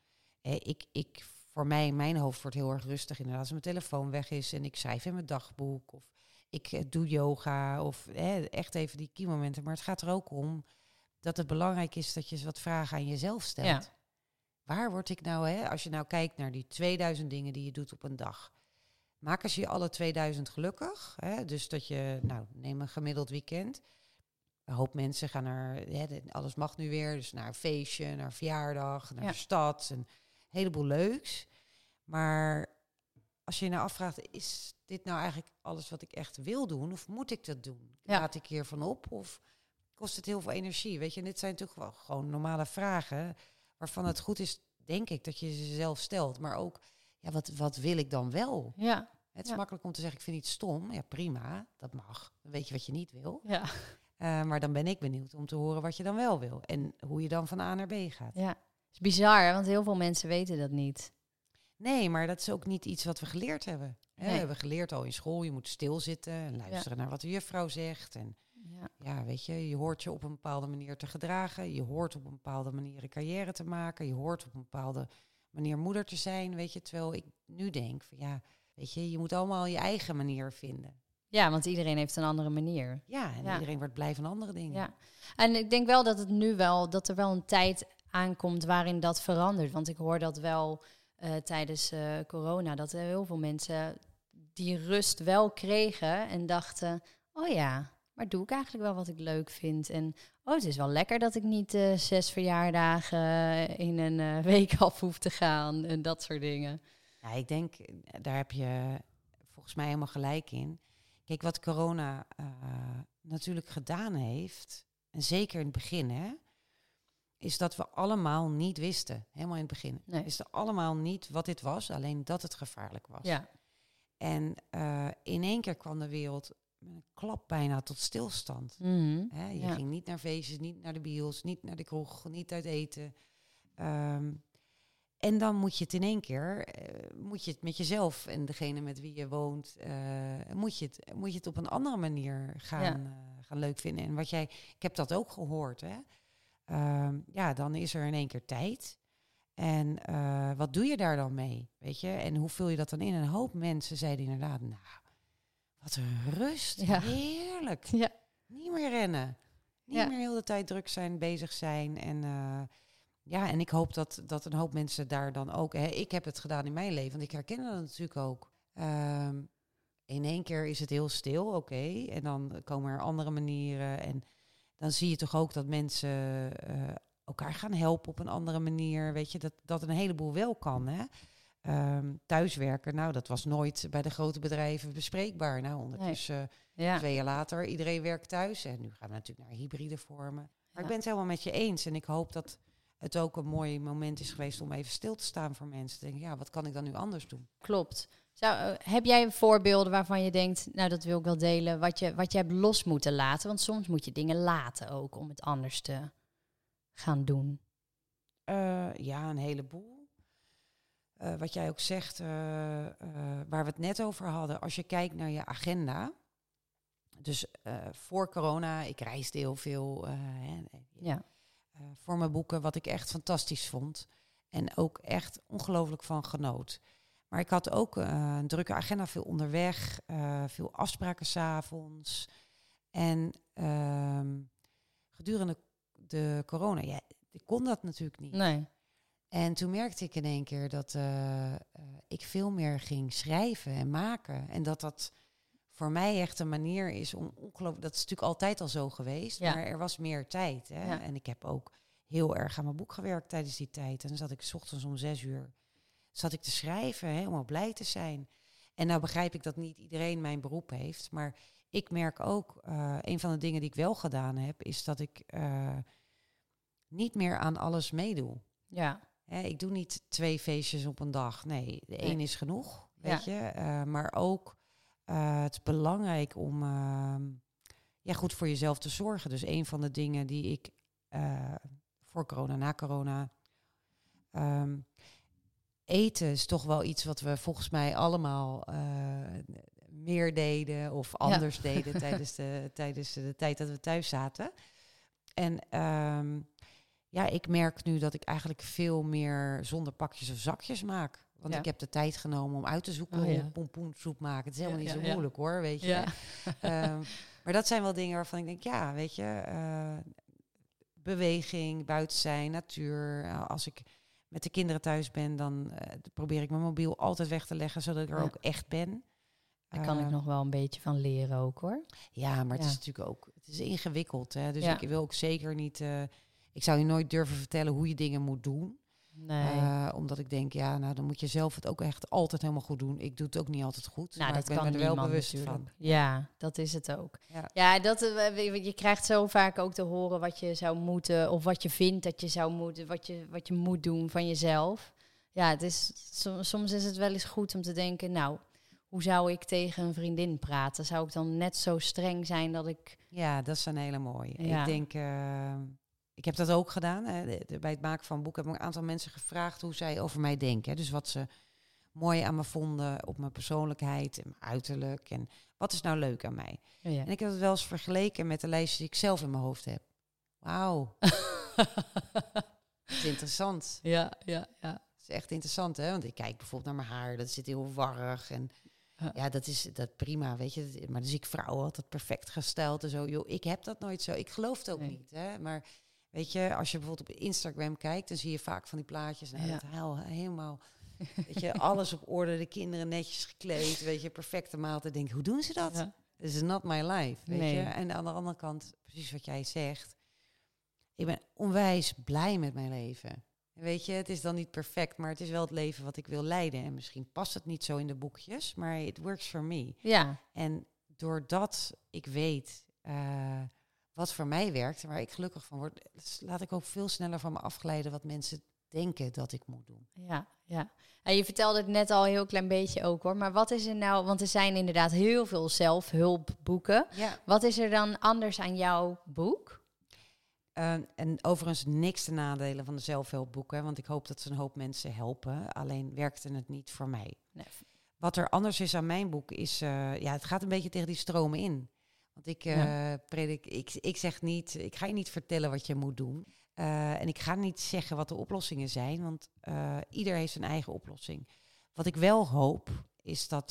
Voor mij, mijn hoofd wordt heel erg rustig inderdaad als mijn telefoon weg is en ik schrijf in mijn dagboek of ik doe yoga of echt even die kiemomenten. Maar het gaat er ook om dat het belangrijk is dat je eens wat vragen aan jezelf stelt. Ja. Waar word ik nou, als je nou kijkt naar die 2000 dingen die je doet op een dag. Maken ze je alle 2000 gelukkig? Dus dat je, neem een gemiddeld weekend. Een hoop mensen gaan naar, alles mag nu weer, dus naar een feestje, naar een verjaardag, naar de stad. Een heleboel leuks. Maar als je je nou afvraagt, is dit nou eigenlijk alles wat ik echt wil doen? Of moet ik dat doen? Laat ik hiervan op? Of kost het heel veel energie? Weet je, en dit zijn natuurlijk wel gewoon normale vragen, waarvan het goed is, denk ik, dat je ze zelf stelt. Maar ook, wat wil ik dan wel? Ja. Het is makkelijk om te zeggen, ik vind iets stom. Ja, prima, dat mag. Dan weet je wat je niet wil. Ja. Maar dan ben ik benieuwd om te horen wat je dan wel wil. En hoe je dan van A naar B gaat. Ja, het is bizar, want heel veel mensen weten dat niet. Nee, maar dat is ook niet iets wat we geleerd hebben. Nee. We hebben geleerd al in school, je moet stilzitten en luisteren naar wat de juffrouw zegt. En weet je hoort je op een bepaalde manier te gedragen. Je hoort op een bepaalde manier een carrière te maken. Je hoort op een bepaalde manier moeder te zijn, weet je. Terwijl ik nu denk van weet je, je moet allemaal je eigen manier vinden. Ja, want iedereen heeft een andere manier. Ja, en iedereen wordt blij van andere dingen. Ja. En ik denk wel dat dat er wel een tijd aankomt waarin dat verandert. Want ik hoor dat wel tijdens corona, dat er heel veel mensen die rust wel kregen en dachten, oh ja, maar doe ik eigenlijk wel wat ik leuk vind? En het is wel lekker dat ik niet 6 verjaardagen in een week af hoef te gaan en dat soort dingen. Ja, ik denk, daar heb je volgens mij helemaal gelijk in. Kijk, wat corona natuurlijk gedaan heeft, en zeker in het begin, is dat we allemaal niet wisten, helemaal in het begin. We wisten allemaal niet wat dit was, alleen dat het gevaarlijk was. Ja. En in één keer kwam de wereld met een klap bijna tot stilstand. Mm-hmm. Je ging niet naar feestjes, niet naar de bios, niet naar de kroeg, niet uit eten. En dan moet je het in één keer, moet je het met jezelf en degene met wie je woont, moet je het op een andere manier gaan leuk vinden. En ik heb dat ook gehoord, dan is er in één keer tijd. En wat doe je daar dan mee, weet je? En hoe vul je dat dan in? En een hoop mensen zeiden inderdaad, wat een rust, heerlijk. Ja. Niet meer rennen, niet meer heel de tijd druk zijn, bezig zijn en... en ik hoop dat een hoop mensen daar dan ook... ik heb het gedaan in mijn leven, want ik herken dat natuurlijk ook. In één keer is het heel stil, oké. En dan komen er andere manieren. En dan zie je toch ook dat mensen elkaar gaan helpen op een andere manier. Weet je, dat een heleboel wel kan, hè. Thuiswerken, dat was nooit bij de grote bedrijven bespreekbaar. Ondertussen, 2 jaar later, iedereen werkt thuis. En nu gaan we natuurlijk naar hybride vormen. Maar ik ben het helemaal met je eens. En ik hoop dat het ook een mooi moment is geweest om even stil te staan voor mensen. Te denken, wat kan ik dan nu anders doen? Klopt. Heb jij voorbeelden waarvan je denkt, dat wil ik wel delen, wat je hebt los moeten laten? Want soms moet je dingen laten ook om het anders te gaan doen. Een heleboel. Wat jij ook zegt, waar we het net over hadden. Als je kijkt naar je agenda. Dus voor corona, ik reisde heel veel. Voor mijn boeken, wat ik echt fantastisch vond. En ook echt ongelooflijk van genoot. Maar ik had ook een drukke agenda, veel onderweg, veel afspraken 's avonds. En gedurende de corona, ik kon dat natuurlijk niet. Nee. En toen merkte ik in één keer dat ik veel meer ging schrijven en maken. En dat voor mij echt een manier is om ongelooflijk... Dat is natuurlijk altijd al zo geweest, maar er was meer tijd. Hè? Ja. En ik heb ook heel erg aan mijn boek gewerkt tijdens die tijd. En dan zat ik 's ochtends om 6 uur te schrijven, helemaal blij te zijn. En nou begrijp ik dat niet iedereen mijn beroep heeft. Maar ik merk ook, een van de dingen die ik wel gedaan heb, is dat ik niet meer aan alles meedoe. Ja. Ik doe niet 2 feestjes op een dag. Nee, de één is genoeg, weet je. Maar ook het is belangrijk om goed voor jezelf te zorgen. Dus een van de dingen die ik voor corona, na corona... eten is toch wel iets wat we volgens mij allemaal meer deden of anders deden tijdens de tijd dat we thuis zaten. En ik merk nu dat ik eigenlijk veel meer zonder pakjes of zakjes maak. Want ik heb de tijd genomen om uit te zoeken hoe pompoensoep maken. Het is helemaal niet zo moeilijk hoor, weet je. Ja. Maar dat zijn wel dingen waarvan ik denk, weet je, beweging, buiten zijn, natuur. Als ik met de kinderen thuis ben, dan probeer ik mijn mobiel altijd weg te leggen, zodat ik er ook echt ben. Daar kan ik nog wel een beetje van leren ook hoor. Ja, maar het is natuurlijk ook, het is ingewikkeld. Hè? Dus ik wil ook zeker niet, ik zou je nooit durven vertellen hoe je dingen moet doen. Nee. Omdat ik denk, dan moet je zelf het ook echt altijd helemaal goed doen. Ik doe het ook niet altijd goed, nou, maar dat ik ben kan me er wel bewust natuurlijk van. Ja, dat is het ook. Ja, je krijgt zo vaak ook te horen wat je zou moeten, of wat je vindt dat je zou moeten, wat je moet doen van jezelf. Ja, het is, soms is het wel eens goed om te denken, nou, hoe zou ik tegen een vriendin praten? Zou ik dan net zo streng zijn dat ik... Ja, dat is een hele mooie. Ja. Ik denk... ik heb dat ook gedaan. Bij het maken van een boek heb ik een aantal mensen gevraagd hoe zij over mij denken. Dus wat ze mooi aan me vonden op mijn persoonlijkheid en mijn uiterlijk. En wat is nou leuk aan mij? Ja. En ik heb het wel eens vergeleken met de lijst die ik zelf in mijn hoofd heb. Wauw. Dat is interessant. Ja. Dat is echt interessant, hè? Want ik kijk bijvoorbeeld naar mijn haar. Dat zit heel warrig en... Ja, dat is prima, weet je. Maar dus ik vrouwen altijd perfect gesteld en zo. Joh, ik heb dat nooit zo. Ik geloof het ook niet, hè. Maar weet je, als je bijvoorbeeld op Instagram kijkt, dan zie je vaak van die plaatjes. Nou, dat helemaal, weet je, alles op orde. De kinderen netjes gekleed, weet je, perfecte maaltijd. Denk, hoe doen ze dat? Ja. This is not my life, weet je. En aan de andere kant, precies wat jij zegt. Ik ben onwijs blij met mijn leven. Weet je, het is dan niet perfect, maar het is wel het leven wat ik wil leiden. En misschien past het niet zo in de boekjes, maar it works for me. Ja. En doordat ik weet wat voor mij werkt en waar ik gelukkig van word, laat ik ook veel sneller van me afglijden wat mensen denken dat ik moet doen. Ja. En je vertelde het net al een heel klein beetje ook hoor. Maar wat is er nou, want er zijn inderdaad heel veel zelfhulpboeken. Ja. Wat is er dan anders aan jouw boek? En overigens niks te nadelen van de zelfhulpboeken, want ik hoop dat ze een hoop mensen helpen. Alleen werkte het niet voor mij. Nee. Wat er anders is aan mijn boek is, het gaat een beetje tegen die stromen in. Want ik zeg niet, ik ga je niet vertellen wat je moet doen. En ik ga niet zeggen wat de oplossingen zijn, want ieder heeft zijn eigen oplossing. Wat ik wel hoop, is dat...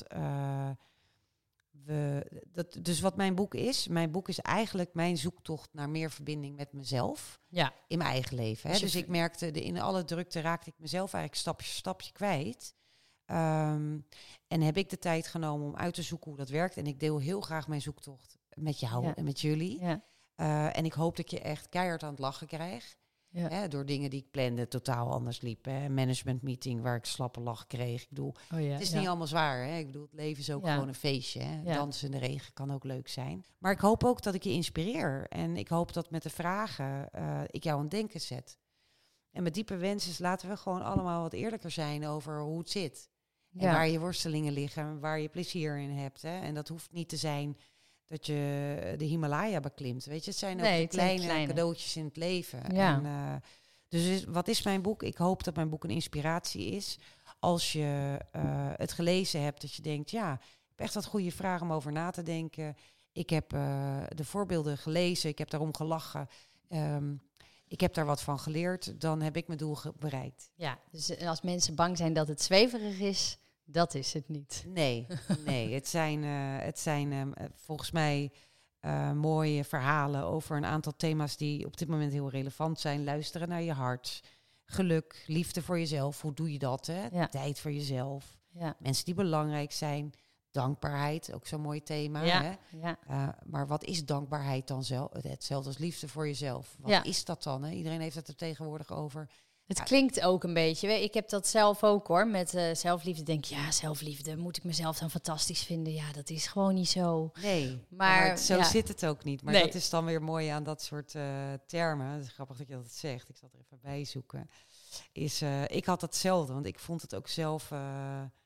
Dus wat mijn boek is eigenlijk mijn zoektocht naar meer verbinding met mezelf in mijn eigen leven. Hè? Dus ik merkte, in alle drukte raakte ik mezelf eigenlijk stapje voor stapje kwijt. En heb ik de tijd genomen om uit te zoeken hoe dat werkt. En ik deel heel graag mijn zoektocht met jou en met jullie. Ja. En ik hoop dat je echt keihard aan het lachen krijgt. Ja. Hè, door dingen die ik plande totaal anders liepen. Een management meeting waar ik slappe lach kreeg. Ik bedoel, het is niet allemaal zwaar. Hè? Ik bedoel, het leven is ook gewoon een feestje. Hè? Ja. Dansen in de regen kan ook leuk zijn. Maar ik hoop ook dat ik je inspireer. En ik hoop dat met de vragen ik jou aan het denken zet. En mijn diepe wens is, laten we gewoon allemaal wat eerlijker zijn over hoe het zit. En waar je worstelingen liggen, waar je plezier in hebt. Hè? En dat hoeft niet te zijn dat je de Himalaya beklimt. Weet je, het zijn ook de kleine cadeautjes in het leven. Ja. En, dus wat is mijn boek? Ik hoop dat mijn boek een inspiratie is. Als je het gelezen hebt, dat je denkt, ik heb echt wat goede vragen om over na te denken. Ik heb de voorbeelden gelezen, ik heb daarom gelachen. Ik heb daar wat van geleerd. Dan heb ik mijn doel bereikt. Ja, dus als mensen bang zijn dat het zweverig is, dat is het niet. Nee. Het zijn volgens mij mooie verhalen over een aantal thema's die op dit moment heel relevant zijn. Luisteren naar je hart, geluk, liefde voor jezelf. Hoe doe je dat? Hè? Ja. Tijd voor jezelf. Ja. Mensen die belangrijk zijn. Dankbaarheid, ook zo'n mooi thema. Ja. Hè? Ja. Maar wat is dankbaarheid dan zelf? Hetzelfde als liefde voor jezelf. Wat is dat dan? Hè? Iedereen heeft het er tegenwoordig over. Het klinkt ook een beetje. Ik heb dat zelf ook hoor. Met zelfliefde denk ik, zelfliefde. Moet ik mezelf dan fantastisch vinden? Ja, dat is gewoon niet zo. Nee, maar zo zit het ook niet. Maar dat is dan weer mooi aan dat soort termen. Het is grappig dat je dat zegt. Ik zal er even bij zoeken. Ik had hetzelfde, want ik vond het ook zelf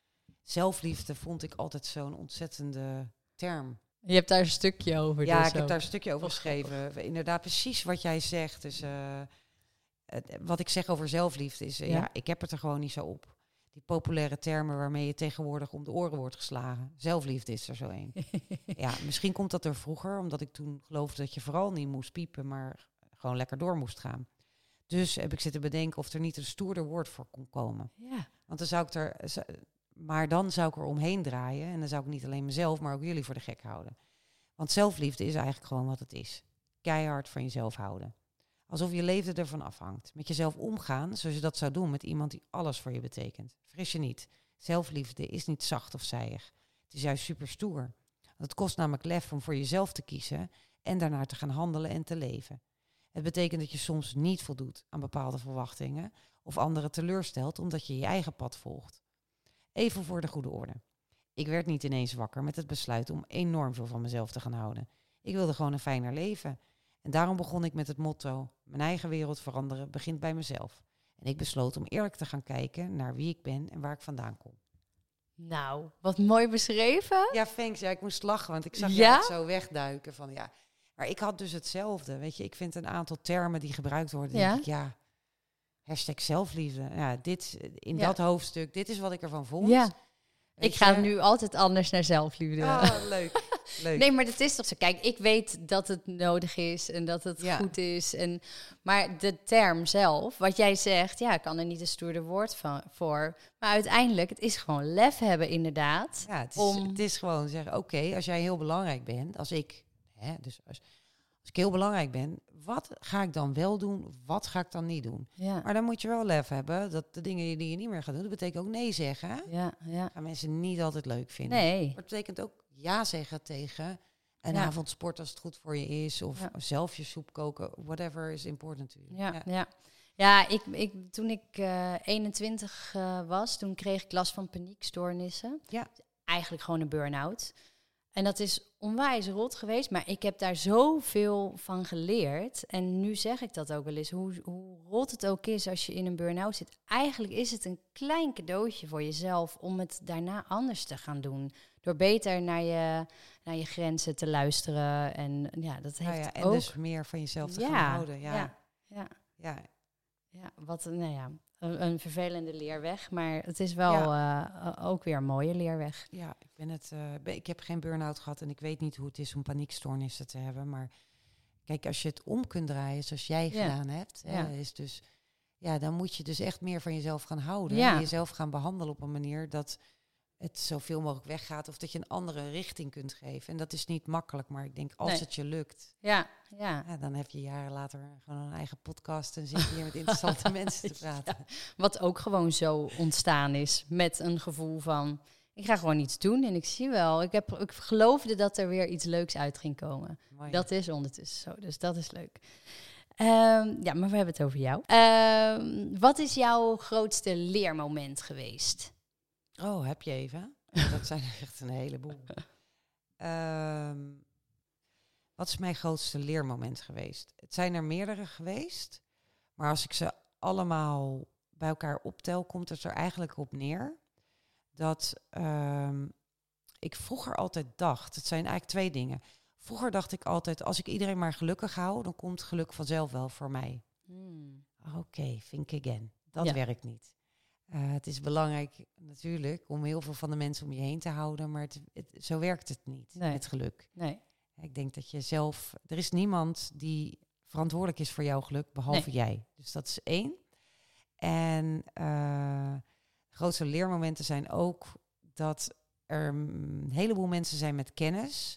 zelfliefde vond ik altijd zo'n ontzettende term. Je hebt daar een stukje over. Ja, dus ik heb ook. daar een stukje over geschreven. Inderdaad, precies wat jij zegt. Dus wat ik zeg over zelfliefde is, ik heb het er gewoon niet zo op. Die populaire termen waarmee je tegenwoordig om de oren wordt geslagen. Zelfliefde is er zo een. Ja, misschien komt dat er vroeger, omdat ik toen geloofde dat je vooral niet moest piepen, maar gewoon lekker door moest gaan. Dus heb ik zitten bedenken of er niet een stoerder woord voor kon komen. Ja. Want dan zou ik er omheen draaien. En dan zou ik niet alleen mezelf, maar ook jullie voor de gek houden. Want zelfliefde is eigenlijk gewoon wat het is. Keihard van jezelf houden. Alsof je leven ervan afhangt. Met jezelf omgaan, zoals je dat zou doen met iemand die alles voor je betekent. Vergis je niet. Zelfliefde is niet zacht of zijig. Het is juist super stoer. Want het kost namelijk lef om voor jezelf te kiezen en daarnaar te gaan handelen en te leven. Het betekent dat je soms niet voldoet aan bepaalde verwachtingen of anderen teleurstelt omdat je je eigen pad volgt. Even voor de goede orde. Ik werd niet ineens wakker met het besluit om enorm veel van mezelf te gaan houden. Ik wilde gewoon een fijner leven. En daarom begon ik met het motto, mijn eigen wereld veranderen begint bij mezelf. En ik besloot om eerlijk te gaan kijken naar wie ik ben en waar ik vandaan kom. Nou, wat mooi beschreven. Ja, thanks. Ja, ik moest lachen, want ik zag Ja? je zo wegduiken van ja. Maar ik had dus hetzelfde. Weet je, ik vind een aantal termen die gebruikt worden, denk ik, hashtag zelfliefde. Ja, dat hoofdstuk, dit is wat ik ervan vond. Ja. Weet Ik ga je? nu altijd anders naar zelfliefde. Oh, leuk. Leuk. Nee, maar dat is toch zo. Kijk, ik weet dat het nodig is en dat het goed is. Maar de term zelf, wat jij zegt, ik kan er niet een stoerder woord voor. Maar uiteindelijk, het is gewoon lef hebben inderdaad. Ja, het is gewoon zeggen, oké, als jij heel belangrijk bent, als ik heel belangrijk ben, wat ga ik dan wel doen, wat ga ik dan niet doen? Ja. Maar dan moet je wel lef hebben dat de dingen die je niet meer gaat doen, dat betekent ook nee zeggen. Hè? Ja. Gaan mensen niet altijd leuk vinden. Nee. Maar het betekent ook ja zeggen tegen een avondsport als het goed voor je is, of zelf je soep koken, whatever is important to you. Ja, toen ik 21 was, toen kreeg ik last van paniekstoornissen. Ja. Eigenlijk gewoon een burn-out. En dat is onwijs rot geweest, maar ik heb daar zoveel van geleerd. En nu zeg ik dat ook wel eens, hoe rot het ook is als je in een burn-out zit. Eigenlijk is het een klein cadeautje voor jezelf om het daarna anders te gaan doen. Door beter naar je grenzen te luisteren. En dat heeft en ook... dus meer van jezelf te gaan houden. Ja, wat, een vervelende leerweg, maar het is wel ook weer een mooie leerweg. Ja, ik heb geen burn-out gehad en ik weet niet hoe het is om paniekstoornissen te hebben. Maar kijk, als je het om kunt draaien zoals jij gedaan hebt, is dus, dan moet je dus echt meer van jezelf gaan houden. En jezelf gaan behandelen op een manier dat het zoveel mogelijk weggaat of dat je een andere richting kunt geven. En dat is niet makkelijk, maar ik denk als het je lukt, dan heb je jaren later gewoon een eigen podcast en zit je hier met interessante mensen te praten. Wat ook gewoon zo ontstaan is met een gevoel van, ik ga gewoon iets doen en ik zie wel. Ik geloofde dat er weer iets leuks uit ging komen. Mooi. Dat is ondertussen zo, dus dat is leuk. Maar we hebben het over jou. Wat is jouw grootste leermoment geweest? Oh, heb je even? Dat zijn er echt een heleboel. Wat is mijn grootste leermoment geweest? Het zijn er meerdere geweest. Maar als ik ze allemaal bij elkaar optel, komt het er eigenlijk op neer dat ik vroeger altijd dacht, het zijn eigenlijk twee dingen. Vroeger dacht ik altijd, als ik iedereen maar gelukkig hou, dan komt geluk vanzelf wel voor mij. Oké, think again. Dat werkt niet. Het is belangrijk natuurlijk om heel veel van de mensen om je heen te houden, maar zo werkt het niet met geluk. Nee. Ik denk dat je zelf, er is niemand die verantwoordelijk is voor jouw geluk, behalve jij. Dus dat is 1. En grootste leermomenten zijn ook dat er een heleboel mensen zijn met kennis.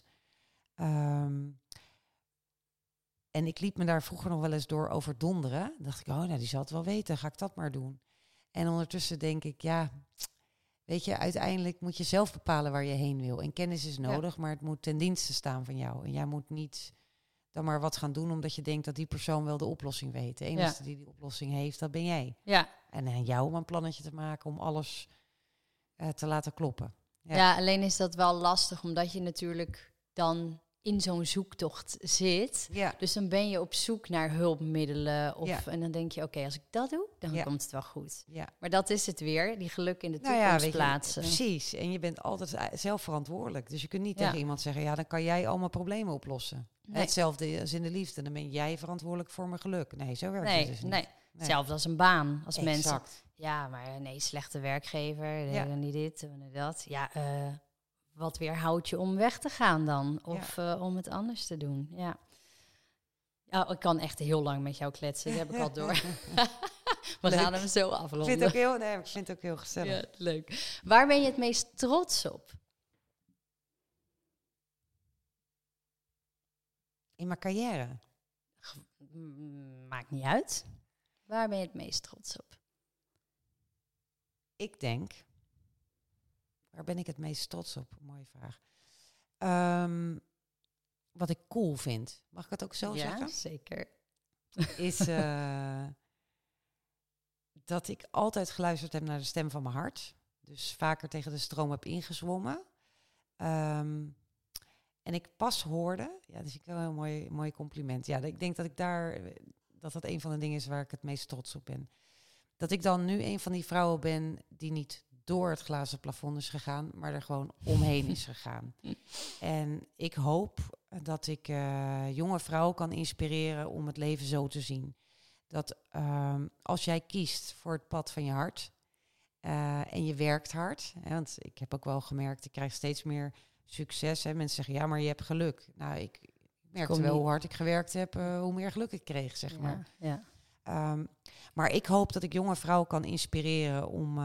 En ik liet me daar vroeger nog wel eens door overdonderen. Dan dacht ik, die zal het wel weten, ga ik dat maar doen. En ondertussen denk ik, weet je, uiteindelijk moet je zelf bepalen waar je heen wil. En kennis is nodig, maar het moet ten dienste staan van jou. En jij moet niet dan maar wat gaan doen omdat je denkt dat die persoon wel de oplossing weet. De enige die oplossing heeft, dat ben jij. Ja. En aan jou om een plannetje te maken om alles te laten kloppen. Ja, alleen is dat wel lastig, omdat je natuurlijk dan in zo'n zoektocht zit. Ja. Dus dan ben je op zoek naar hulpmiddelen. En dan denk je, oké, als ik dat doe, dan komt het wel goed. Ja. Maar dat is het weer, die geluk in de Nou toekomst weet je, plaatsen. Precies. En je bent altijd zelf verantwoordelijk. Dus je kunt niet tegen iemand zeggen, ja, dan kan jij allemaal problemen oplossen. Nee. Hetzelfde als in de liefde. Dan ben jij verantwoordelijk voor mijn geluk. Nee, zo werkt het dus niet. Nee. Hetzelfde als een baan. Als exact. mensen... Ja, maar nee, slechte werkgever. Niet dit en dat. Ja, wat weerhoudt je om weg te gaan dan? Of om het anders te doen? Ja. Ja, ik kan echt heel lang met jou kletsen. Dat heb ik al door. We gaan hem zo afronden. Ik vind het ook heel gezellig. Ja, leuk. Waar ben je het meest trots op? In mijn carrière? Maakt niet uit. Waar ben je het meest trots op? Ik denk... Waar ben ik het meest trots op? Mooie vraag. Wat ik cool vind. Mag ik het ook zo zeggen? Ja, zeker. Is dat ik altijd geluisterd heb naar de stem van mijn hart. Dus vaker tegen de stroom heb ingezwommen. En ik pas hoorde... Ja, dus ik wel een heel mooi compliment. Ja, ik denk dat ik dat een van de dingen is waar ik het meest trots op ben. Dat ik dan nu een van die vrouwen ben die niet door het glazen plafond is gegaan, maar er gewoon omheen is gegaan. En ik hoop dat ik jonge vrouwen kan inspireren om het leven zo te zien. Dat als jij kiest voor het pad van je hart en je werkt hard, want ik heb ook wel gemerkt, ik krijg steeds meer succes. Hè. Mensen zeggen, ja, maar je hebt geluk. Nou, ik merkte wel hoe hard ik gewerkt heb, hoe meer geluk ik kreeg, zeg maar. Ja. Maar ik hoop dat ik jonge vrouwen kan inspireren om...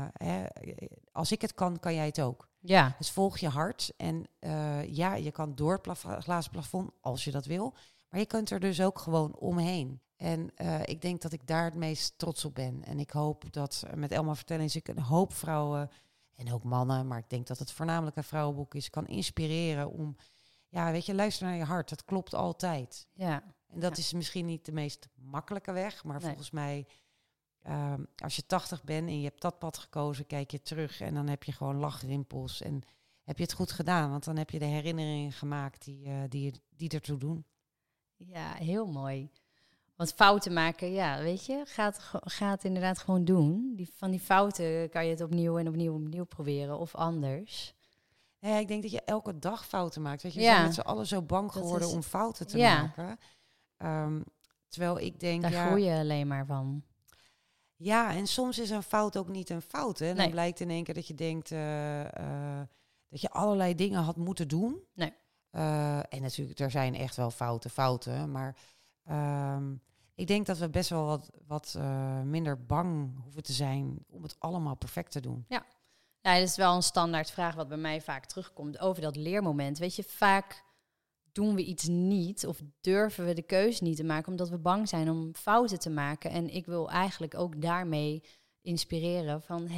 als ik het kan, kan jij het ook. Ja. Dus volg je hart. En je kan door het glazen plafond, als je dat wil. Maar je kunt er dus ook gewoon omheen. En ik denk dat ik daar het meest trots op ben. En ik hoop dat met Elma Vertellings ik een hoop vrouwen... en ook mannen, maar ik denk dat het voornamelijk een vrouwenboek is... kan inspireren om... Ja, weet je, luister naar je hart. Dat klopt altijd. Ja. En dat is misschien niet de meest makkelijke weg. Maar volgens mij, als je 80 bent en je hebt dat pad gekozen, kijk je terug en dan heb je gewoon lachrimpels. En heb je het goed gedaan, want dan heb je de herinneringen gemaakt die ertoe doen. Ja, heel mooi. Want fouten maken, ja, weet je, gaat inderdaad gewoon doen. Van die fouten kan je het opnieuw proberen of anders. Ja, ik denk dat je elke dag fouten maakt. Weet je, we zijn met z'n allen zo bang geworden om fouten te maken. Terwijl ik denk... Daar groei je alleen maar van. Ja, en soms is een fout ook niet een fout. Hè? Dan blijkt in één keer dat je denkt dat je allerlei dingen had moeten doen. Nee. En natuurlijk, er zijn echt wel fouten. Maar ik denk dat we best wel wat minder bang hoeven te zijn om het allemaal perfect te doen. Ja. Ja, dat is wel een standaard vraag wat bij mij vaak terugkomt over dat leermoment. Weet je, vaak doen we iets niet of durven we de keuze niet te maken omdat we bang zijn om fouten te maken. En ik wil eigenlijk ook daarmee inspireren van,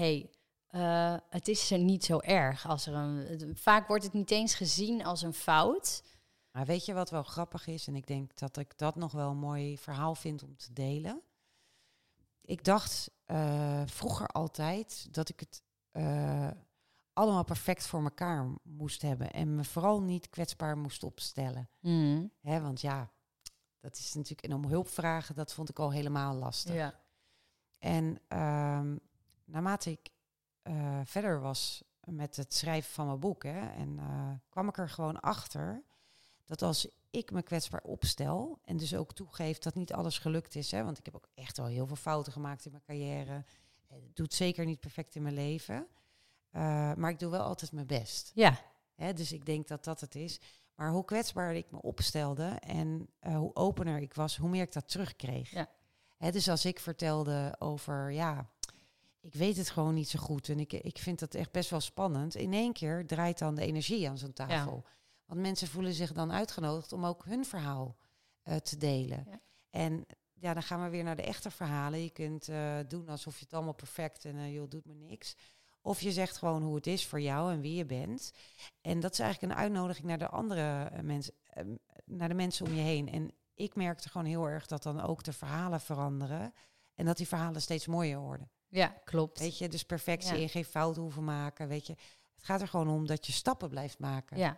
het is er niet zo erg. Vaak wordt het niet eens gezien als een fout. Maar weet je wat wel grappig is? En ik denk dat ik dat nog wel een mooi verhaal vind om te delen. Ik dacht vroeger altijd dat ik het allemaal perfect voor elkaar moest hebben. En me vooral niet kwetsbaar moest opstellen. Want ja, dat is natuurlijk... En om hulp vragen, dat vond ik al helemaal lastig. Ja. En naarmate ik verder was met het schrijven van mijn boek... kwam ik er gewoon achter dat als ik me kwetsbaar opstel... en dus ook toegeef dat niet alles gelukt is... want ik heb ook echt wel heel veel fouten gemaakt in mijn carrière... Het doet zeker niet perfect in mijn leven... maar ik doe wel altijd mijn best. Ja. Dus ik denk dat dat het is. Maar hoe kwetsbaar ik me opstelde en hoe opener ik was, hoe meer ik dat terugkreeg. Ja. Dus als ik vertelde over, ik weet het gewoon niet zo goed. En ik vind dat echt best wel spannend. In één keer draait dan de energie aan zo'n tafel. Ja. Want mensen voelen zich dan uitgenodigd om ook hun verhaal te delen. Ja. En ja, dan gaan we weer naar de echte verhalen. Je kunt doen alsof je het allemaal perfect en joh, doet me niks. Of je zegt gewoon hoe het is voor jou en wie je bent. En dat is eigenlijk een uitnodiging naar de andere mensen, naar de mensen om je heen. En ik merkte gewoon heel erg dat dan ook de verhalen veranderen. En dat die verhalen steeds mooier worden. Ja, klopt. Weet je, dus perfectie en geen fout hoeven maken. Weet je, het gaat er gewoon om dat je stappen blijft maken. Ja.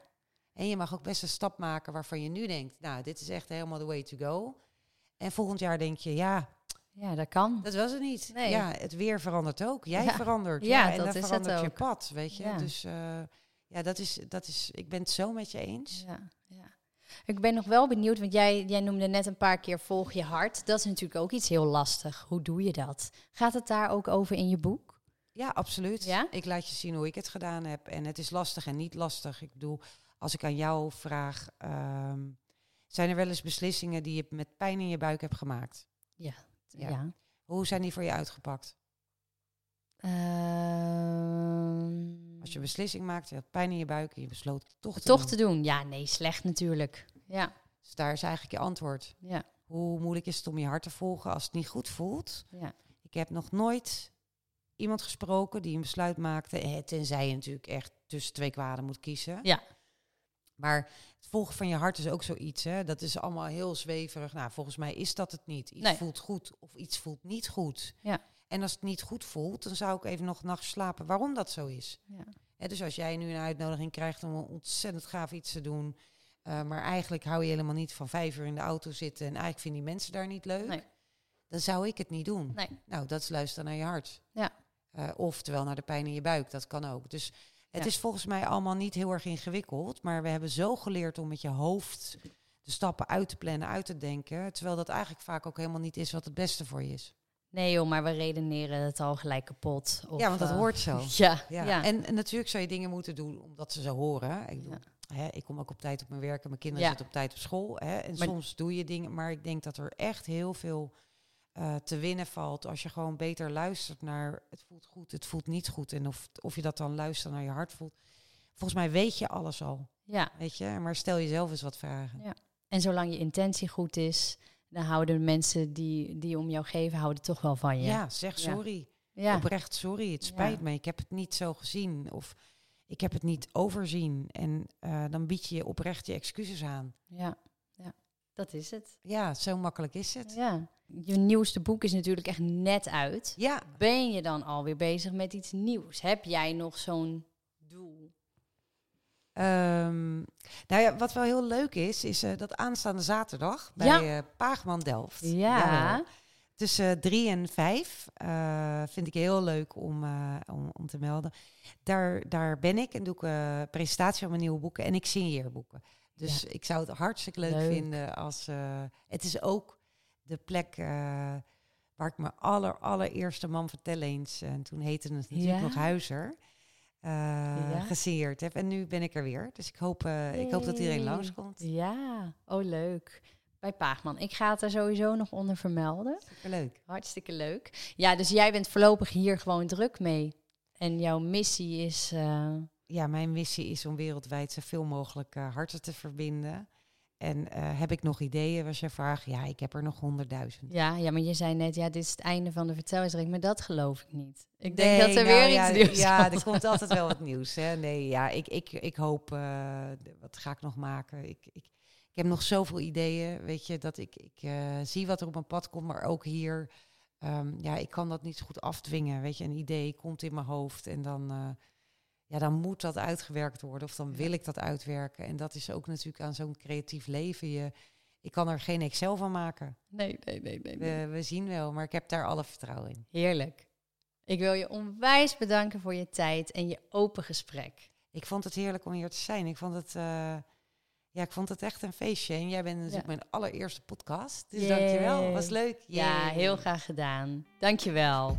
En je mag ook best een stap maken waarvan je nu denkt, nou, dit is echt helemaal the way to go. En volgend jaar denk je, ja, dat kan. dat was het niet. Nee. Ja, het weer verandert ook. Jij verandert. Ja, en dat dan is verandert het je ook. pad, weet je. Ja. Dus dat is, ik ben het zo met je eens. Ja. Ik ben nog wel benieuwd, want jij noemde net een paar keer volg je hart. Dat is natuurlijk ook iets heel lastig. Hoe doe je dat? Gaat het daar ook over in je boek? Ja, absoluut. Ja? Ik laat je zien hoe ik het gedaan heb. En het is lastig en niet lastig. Ik bedoel, als ik aan jou vraag, zijn er wel eens beslissingen die je met pijn in je buik hebt gemaakt? Ja. Hoe zijn die voor je uitgepakt? Als je een beslissing maakt, je had pijn in je buik en je besloot het toch te doen. Ja, nee, slecht natuurlijk. Ja. Dus daar is eigenlijk je antwoord. Ja. Hoe moeilijk is het om je hart te volgen als het niet goed voelt? Ja. Ik heb nog nooit iemand gesproken die een besluit maakte, tenzij je natuurlijk echt tussen twee kwaden moet kiezen. Ja. Maar het volgen van je hart is ook zoiets, hè? Dat is allemaal heel zweverig. Nou, volgens mij is dat het niet. Iets voelt goed of iets voelt niet goed. Ja. En als het niet goed voelt, dan zou ik even nog 'n nacht slapen waarom dat zo is. Ja. Dus als jij nu een uitnodiging krijgt om een ontzettend gaaf iets te doen, maar eigenlijk hou je helemaal niet van 5 uur in de auto zitten en eigenlijk vinden die mensen daar niet leuk, dan zou ik het niet doen. Nee. Nou, dat is luisteren naar je hart. Ja. Oftewel naar de pijn in je buik, dat kan ook. Dus het is volgens mij allemaal niet heel erg ingewikkeld, maar we hebben zo geleerd om met je hoofd de stappen uit te plannen, uit te denken, terwijl dat eigenlijk vaak ook helemaal niet is wat het beste voor je is. Nee joh, maar we redeneren het al gelijk kapot. Of, ja, want dat hoort zo. Ja. En natuurlijk zou je dingen moeten doen omdat ze zo horen. Ik bedoel, ik kom ook op tijd op mijn werk en mijn kinderen zitten op tijd op school. En soms doe je dingen, maar ik denk dat er echt heel veel te winnen valt als je gewoon beter luistert naar het voelt goed, het voelt niet goed. En of je dat dan luistert naar je hart voelt. Volgens mij weet je alles al. Ja. Weet je, maar stel jezelf eens wat vragen. Ja. En zolang je intentie goed is, dan houden de mensen die om jou geven, houden toch wel van je. Ja, zeg sorry. Ja. Oprecht sorry, het spijt me. Ik heb het niet zo gezien of ik heb het niet overzien. En dan bied je oprecht je excuses aan. Ja, dat is het. Ja, zo makkelijk is het. Ja. Je nieuwste boek is natuurlijk echt net uit. Ja. Ben je dan alweer bezig met iets nieuws? Heb jij nog zo'n doel? Nou ja, wat wel heel leuk is dat aanstaande zaterdag bij Paagman Delft. Ja. Tussen 3 en 5 vind ik heel leuk om te melden. Daar ben ik en doe ik een presentatie van mijn nieuwe boeken en ik signeer boeken. Dus ik zou het hartstikke leuk vinden als... het is ook de plek waar ik mijn allereerste Man Vertel Eens... en toen heette het natuurlijk nog Huizer... gesigneerd heb. En nu ben ik er weer. Dus ik hoop dat iedereen langskomt. Ja, oh leuk. Bij Paagman. Ik ga het er sowieso nog onder vermelden. Superleuk. Hartstikke leuk. Ja, dus jij bent voorlopig hier gewoon druk mee. En jouw missie is... Ja, mijn missie is om wereldwijd zoveel mogelijk harten te verbinden. En heb ik nog ideeën? Was je vraag? Ja, ik heb er nog 100.000. Ja, maar je zei net, dit is het einde van de vertelhingsreeks. Maar dat geloof ik niet. Ik denk dat er weer iets nieuws komt. Ja, er komt altijd wel wat nieuws. Hè. Nee, ja, ik hoop... wat ga ik nog maken? Ik heb nog zoveel ideeën, weet je, dat ik zie wat er op mijn pad komt. Maar ook hier, ik kan dat niet zo goed afdwingen. Weet je, een idee komt in mijn hoofd en dan moet dat uitgewerkt worden. Of dan wil ik dat uitwerken. En dat is ook natuurlijk aan zo'n creatief leven. Ik kan er geen Excel van maken. Nee. We zien wel, maar ik heb daar alle vertrouwen in. Heerlijk. Ik wil je onwijs bedanken voor je tijd en je open gesprek. Ik vond het heerlijk om hier te zijn. Ik vond het echt een feestje. En jij bent natuurlijk mijn allereerste podcast. Dus dankjewel. Was leuk. Ja, heel graag gedaan. Dankjewel.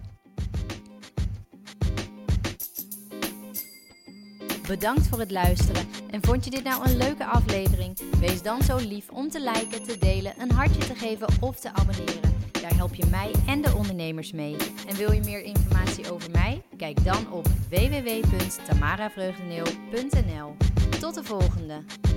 Bedankt voor het luisteren. En vond je dit nou een leuke aflevering? Wees dan zo lief om te liken, te delen, een hartje te geven of te abonneren. Daar help je mij en de ondernemers mee. En wil je meer informatie over mij? Kijk dan op www.tamaravreugdeneel.nl. Tot de volgende!